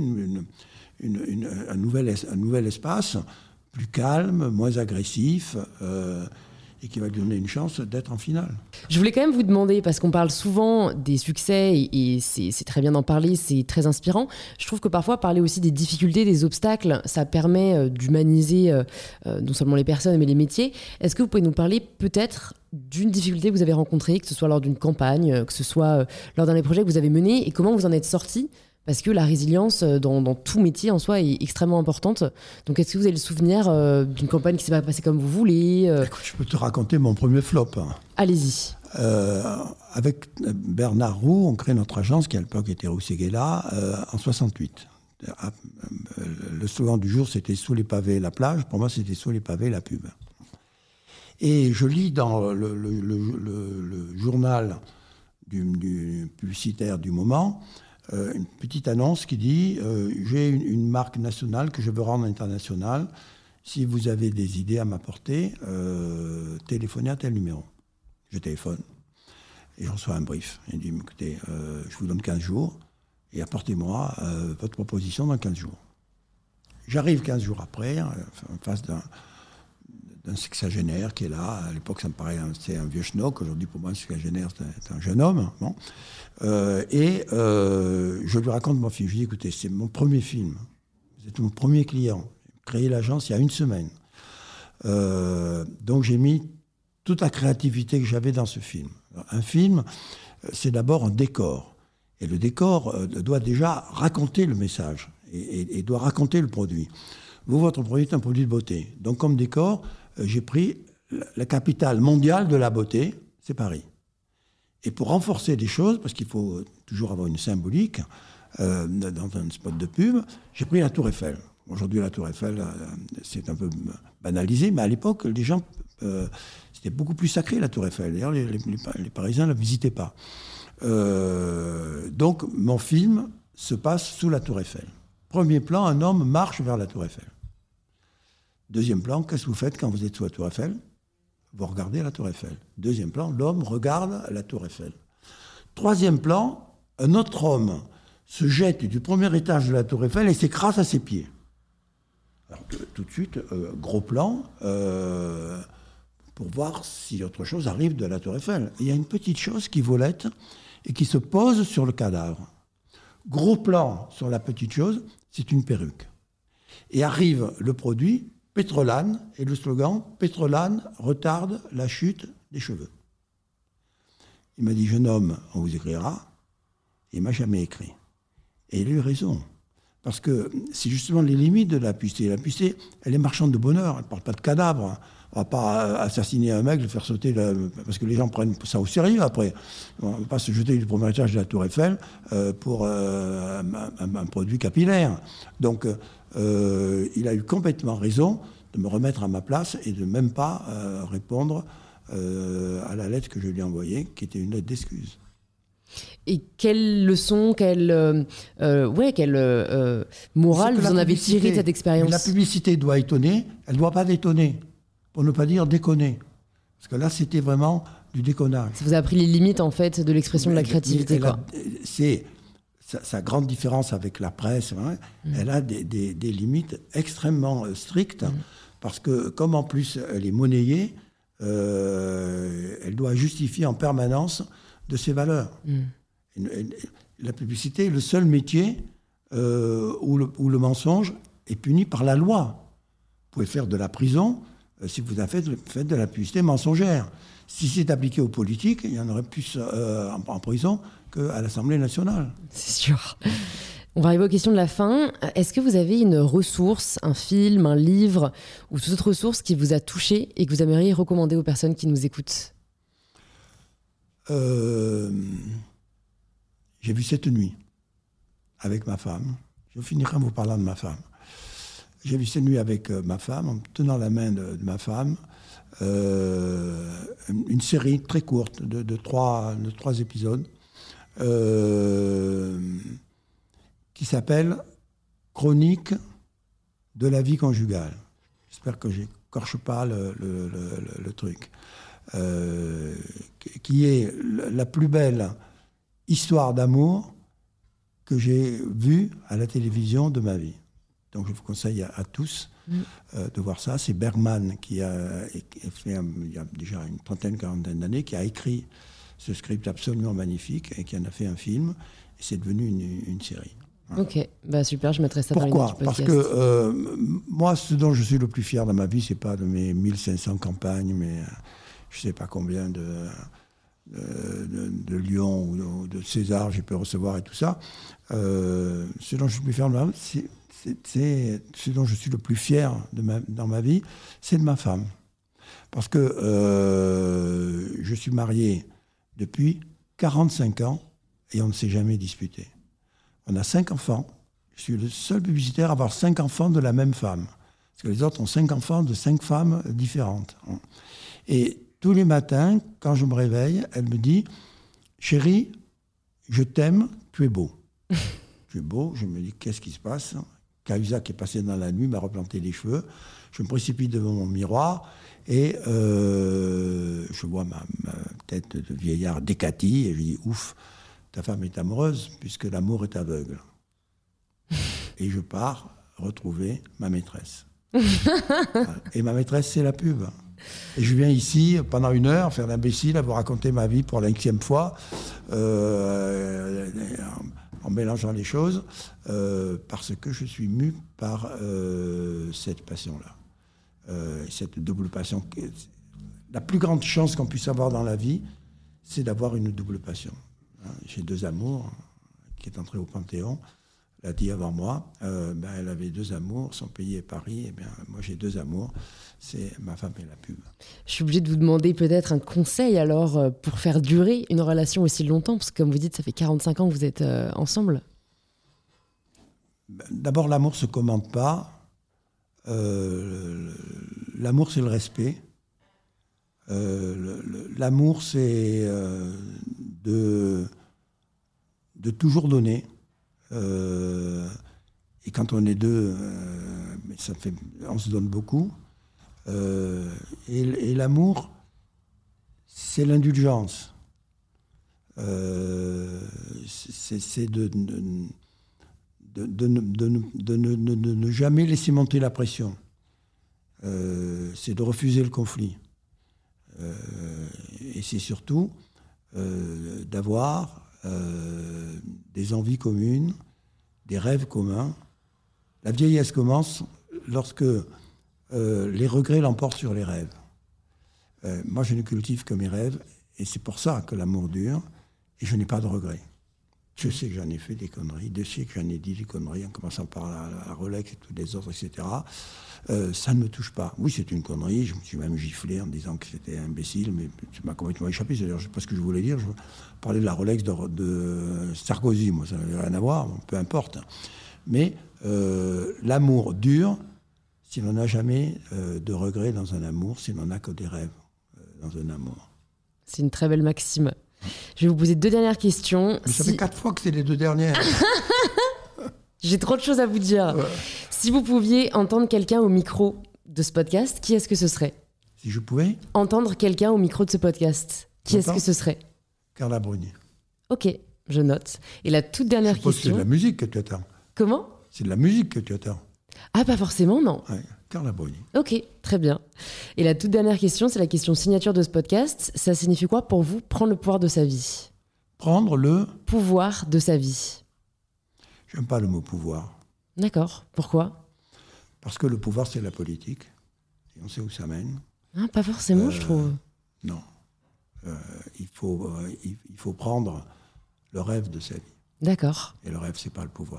un nouvel espace, plus calme, moins agressif, et qui va lui donner une chance d'être en finale.
Je voulais quand même vous demander, parce qu'on parle souvent des succès, et c'est très bien d'en parler, c'est très inspirant. Je trouve que parfois, parler aussi des difficultés, des obstacles, ça permet d'humaniser non seulement les personnes, mais les métiers. Est-ce que vous pouvez nous parler peut-être d'une difficulté que vous avez rencontrée, que ce soit lors d'une campagne, que ce soit lors d'un des projets que vous avez menés, et comment vous en êtes sortis ? Parce que la résilience dans tout métier en soi est extrêmement importante. Donc est-ce que vous avez le souvenir d'une campagne qui ne s'est pas passée comme vous voulez
Écoute, je peux te raconter mon premier flop.
Allez-y.
Avec Bernard Roux, on crée notre agence qui à l'époque était Roux Séguéla en 68. Le slogan du jour, c'était « Sous les pavés, la plage ». Pour moi, c'était « Sous les pavés, la pub ». Et je lis dans le journal du publicitaire du moment une petite annonce qui dit j'ai une marque nationale que je veux rendre internationale. Si vous avez des idées à m'apporter, téléphonez à tel numéro. Je téléphone et je reçois un brief. Il dit écoutez, je vous donne 15 jours et apportez-moi votre proposition dans 15 jours. J'arrive 15 jours après, en face d'un sexagénaire qui est là. À l'époque, ça me paraît c'est un vieux schnock. Aujourd'hui, pour moi, un sexagénaire, c'est un jeune homme. Bon. Je lui raconte mon film. Je lui dis, écoutez, c'est mon premier film. Vous êtes mon premier client. J'ai créé l'agence il y a une semaine. Donc, j'ai mis toute la créativité que j'avais dans ce film. Alors, un film, c'est d'abord un décor. Et le décor doit déjà raconter le message et doit raconter le produit. Vous, votre produit est un produit de beauté. Donc, comme décor, j'ai pris la capitale mondiale de la beauté, c'est Paris. Et pour renforcer les choses, parce qu'il faut toujours avoir une symbolique dans un spot de pub, j'ai pris la Tour Eiffel. Aujourd'hui, la Tour Eiffel, c'est un peu banalisé, mais à l'époque, les gens, c'était beaucoup plus sacré, la Tour Eiffel. D'ailleurs, les Parisiens ne la visitaient pas. Donc, mon film se passe sous la Tour Eiffel. Premier plan, un homme marche vers la Tour Eiffel. Deuxième plan, qu'est-ce que vous faites quand vous êtes sous la Tour Eiffel ? Vous regardez la Tour Eiffel. Deuxième plan, l'homme regarde la Tour Eiffel. Troisième plan, un autre homme se jette du premier étage de la Tour Eiffel et s'écrase à ses pieds. Alors, tout de suite, gros plan, pour voir si autre chose arrive de la Tour Eiffel. Et il y a une petite chose qui volette et qui se pose sur le cadavre. Gros plan sur la petite chose, c'est une perruque. Et arrive le produit, Pétrolane, et le slogan, Pétrolane retarde la chute des cheveux. Il m'a dit, jeune homme, on vous écrira. Et il ne m'a jamais écrit. Et il a eu raison. Parce que c'est justement les limites de la publicité. La publicité, elle est marchande de bonheur, elle ne parle pas de cadavre. On ne va pas assassiner un mec, le faire sauter, parce que les gens prennent ça au sérieux après. On ne va pas se jeter du premier étage de la Tour Eiffel pour un produit capillaire. Donc, il a eu complètement raison de me remettre à ma place et de même pas répondre à la lettre que je lui ai envoyée, qui était une lettre d'excuse.
Et quelle leçon, quelle morale vous en avez tiré de cette expérience ?
La publicité doit étonner, elle ne doit pas détonner, pour ne pas dire déconner. Parce que là, c'était vraiment du déconnage.
Ça vous a appris les limites, en fait, de l'expression de la créativité, quoi.
C'est sa grande différence avec la presse. Hein, elle a des limites extrêmement strictes, parce que, comme en plus elle est monnayée, elle doit justifier en permanence de ses valeurs. La publicité est le seul métier où le mensonge est puni par la loi. Vous pouvez faire de la prison si vous faites de la publicité mensongère. Si c'est appliqué aux politiques, il y en aurait plus en prison qu'à l'Assemblée nationale.
C'est sûr. On va arriver aux questions de la fin. Est-ce que vous avez une ressource, un film, un livre ou toute autre ressource qui vous a touché et que vous aimeriez recommander aux personnes qui nous écoutent ?
J'ai vu Cette nuit avec ma femme. Je finirai en vous parlant de ma femme. J'ai vu Cette nuit avec ma femme, en tenant la main de ma femme. Une série très courte de 3 épisodes qui s'appelle Chronique de la vie conjugale. J'espère que je n'écorche pas le truc. Qui est la plus belle histoire d'amour que j'ai vue à la télévision de ma vie. Donc je vous conseille à tous de voir ça. C'est Bergman qui a fait, il y a déjà une quarantaine d'années, qui a écrit ce script absolument magnifique et qui en a fait un film. Et c'est devenu une série.
Ok, bah super, je mettrai ça dans les notes du podcast.
Parce que moi, ce dont je suis le plus fier dans ma vie, c'est pas de mes 1500 campagnes, mais je sais pas combien de Lions ou de César j'ai pu recevoir et tout ça. Ce dont je suis le plus fier dans ma vie, c'est ce dont je suis le plus fier dans ma vie, c'est de ma femme. Parce que je suis marié depuis 45 ans et on ne s'est jamais disputé. On a 5 enfants. Je suis le seul publicitaire à avoir 5 enfants de la même femme. Parce que les autres ont 5 enfants de 5 femmes différentes. Et tous les matins, quand je me réveille, elle me dit « Chérie, je t'aime, tu es beau. » Tu es beau, je me dis « Qu'est-ce qui se passe ?» Cahuzac est passé dans la nuit, m'a replanté les cheveux. Je me précipite devant mon miroir et je vois ma tête de vieillard décatie et je dis « Ouf, ta femme est amoureuse puisque l'amour est aveugle. » Et je pars retrouver ma maîtresse. Et ma maîtresse, c'est la pub. Et je viens ici pendant 1 heure faire l'imbécile, à vous raconter ma vie pour la 5e fois, en mélangeant les choses, parce que je suis mu par cette passion-là. Cette double passion. La plus grande chance qu'on puisse avoir dans la vie, c'est d'avoir une double passion. J'ai 2 amours, qui est entrée au Panthéon, l'a dit avant moi. Elle avait 2 amours, son pays est Paris. Et bien, moi, j'ai 2 amours, c'est ma femme et la pub.
Je suis obligée de vous demander peut-être un conseil alors pour faire durer une relation aussi longtemps, parce que comme vous dites, ça fait 45 ans que vous êtes ensemble.
D'abord, l'amour ne se commande pas. L'amour, c'est le respect. L'amour, c'est de toujours donner. Et quand on est 2, on se donne beaucoup. Et l'amour, c'est l'indulgence. C'est de ne jamais laisser monter la pression. C'est de refuser le conflit. Et c'est surtout d'avoir des envies communes, des rêves communs. La vieillesse commence lorsque les regrets l'emportent sur les rêves. Moi, je ne cultive que mes rêves, et c'est pour ça que l'amour dure, et je n'ai pas de regrets. Je sais que j'en ai fait des conneries, je sais que j'en ai dit des conneries, en commençant par la Rolex et toutes les autres, etc. Ça ne me touche pas. Oui, c'est une connerie, je me suis même giflé en disant que c'était imbécile, mais ça m'a complètement échappé. C'est-à-dire, je ne sais pas ce que je voulais dire. Je parlais de la Rolex de Sarkozy, moi, ça n'avait rien à voir, peu importe. Mais l'amour dure si l'on n'a jamais de regrets dans un amour, si l'on n'a que des rêves dans un amour.
C'est une très belle maxime. Je vais vous poser 2 dernières questions.
Mais ça fait 4 fois que c'est les 2 dernières.
J'ai trop de choses à vous dire. Ouais. Si vous pouviez entendre quelqu'un au micro de ce podcast, qui est-ce que ce serait ?
Si je pouvais
entendre quelqu'un au micro de ce podcast, qui est-ce que ce serait ?
Carla Bruni.
Ok, je note. Et la toute dernière question...
C'est de la musique que tu attends.
Comment ?
C'est de la musique que tu attends.
Ah, pas forcément, non.
Ouais, Carla Bruni.
Ok, très bien. Et la toute dernière question, c'est la question signature de ce podcast. Ça signifie quoi pour vous, prendre le pouvoir de sa vie ?
Prendre le...
pouvoir de sa vie.
J'aime pas le mot pouvoir.
D'accord. Pourquoi ?
Parce que le pouvoir, c'est la politique. Et on sait où ça mène.
Ah, pas forcément, je trouve.
Non. Il faut prendre le rêve de sa vie.
D'accord.
Et le rêve, c'est pas le pouvoir.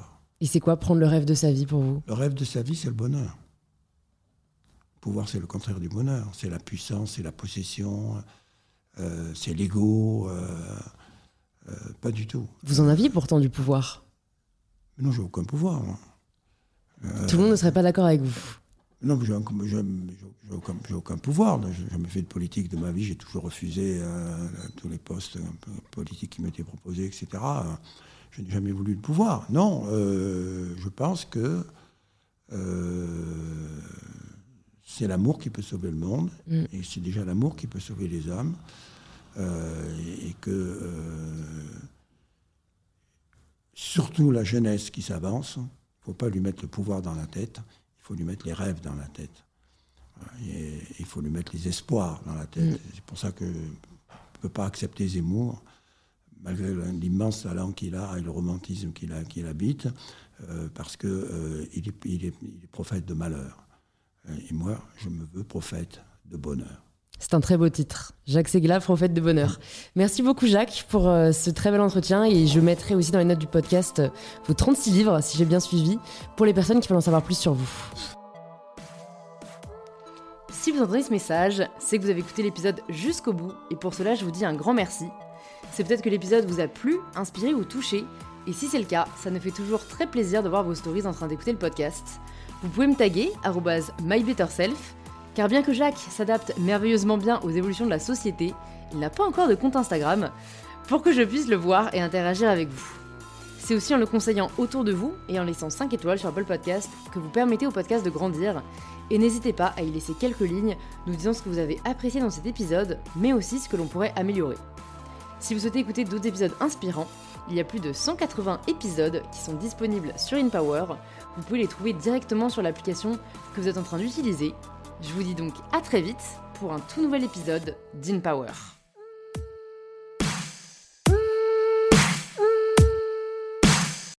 Et c'est quoi prendre le rêve de sa vie pour vous ?
Le rêve de sa vie, c'est le bonheur. Le pouvoir, c'est le contraire du bonheur. C'est la puissance, c'est la possession, c'est l'ego. Pas du tout.
Vous en aviez pourtant du pouvoir.
Mais non, j'ai aucun pouvoir, moi.
Tout le monde ne serait pas d'accord avec vous.
Non, mais j'ai aucun pouvoir. J'ai jamais fait de politique de ma vie. J'ai toujours refusé tous les postes politiques qui m'étaient proposés, etc. Je n'ai jamais voulu le pouvoir. Non, je pense que c'est l'amour qui peut sauver le monde. Et c'est déjà l'amour qui peut sauver les hommes. Et que surtout la jeunesse qui s'avance, il ne faut pas lui mettre le pouvoir dans la tête. Il faut lui mettre les rêves dans la tête. Et il faut lui mettre les espoirs dans la tête. C'est pour ça que je ne peux pas accepter Zemmour, malgré l'immense talent qu'il a et le romantisme qu'il habite, parce qu'il est prophète de malheur. Et moi, je me veux prophète de bonheur.
C'est un très beau titre. Jacques Ségla, prophète de bonheur. Merci beaucoup Jacques pour ce très bel entretien et je mettrai aussi dans les notes du podcast vos 36 livres, si j'ai bien suivi, pour les personnes qui veulent en savoir plus sur vous. Si vous entendez ce message, c'est que vous avez écouté l'épisode jusqu'au bout et pour cela je vous dis un grand merci. C'est peut-être que l'épisode vous a plu, inspiré ou touché et si c'est le cas, ça nous fait toujours très plaisir de voir vos stories en train d'écouter le podcast. Vous pouvez me taguer @mybetterself. Car bien que Jacques s'adapte merveilleusement bien aux évolutions de la société, il n'a pas encore de compte Instagram pour que je puisse le voir et interagir avec vous. C'est aussi en le conseillant autour de vous et en laissant 5 étoiles sur Apple Podcast que vous permettez au podcast de grandir. Et n'hésitez pas à y laisser quelques lignes nous disant ce que vous avez apprécié dans cet épisode, mais aussi ce que l'on pourrait améliorer. Si vous souhaitez écouter d'autres épisodes inspirants, il y a plus de 180 épisodes qui sont disponibles sur InPower. Vous pouvez les trouver directement sur l'application que vous êtes en train d'utiliser. Je vous dis donc à très vite pour un tout nouvel épisode d'InPower.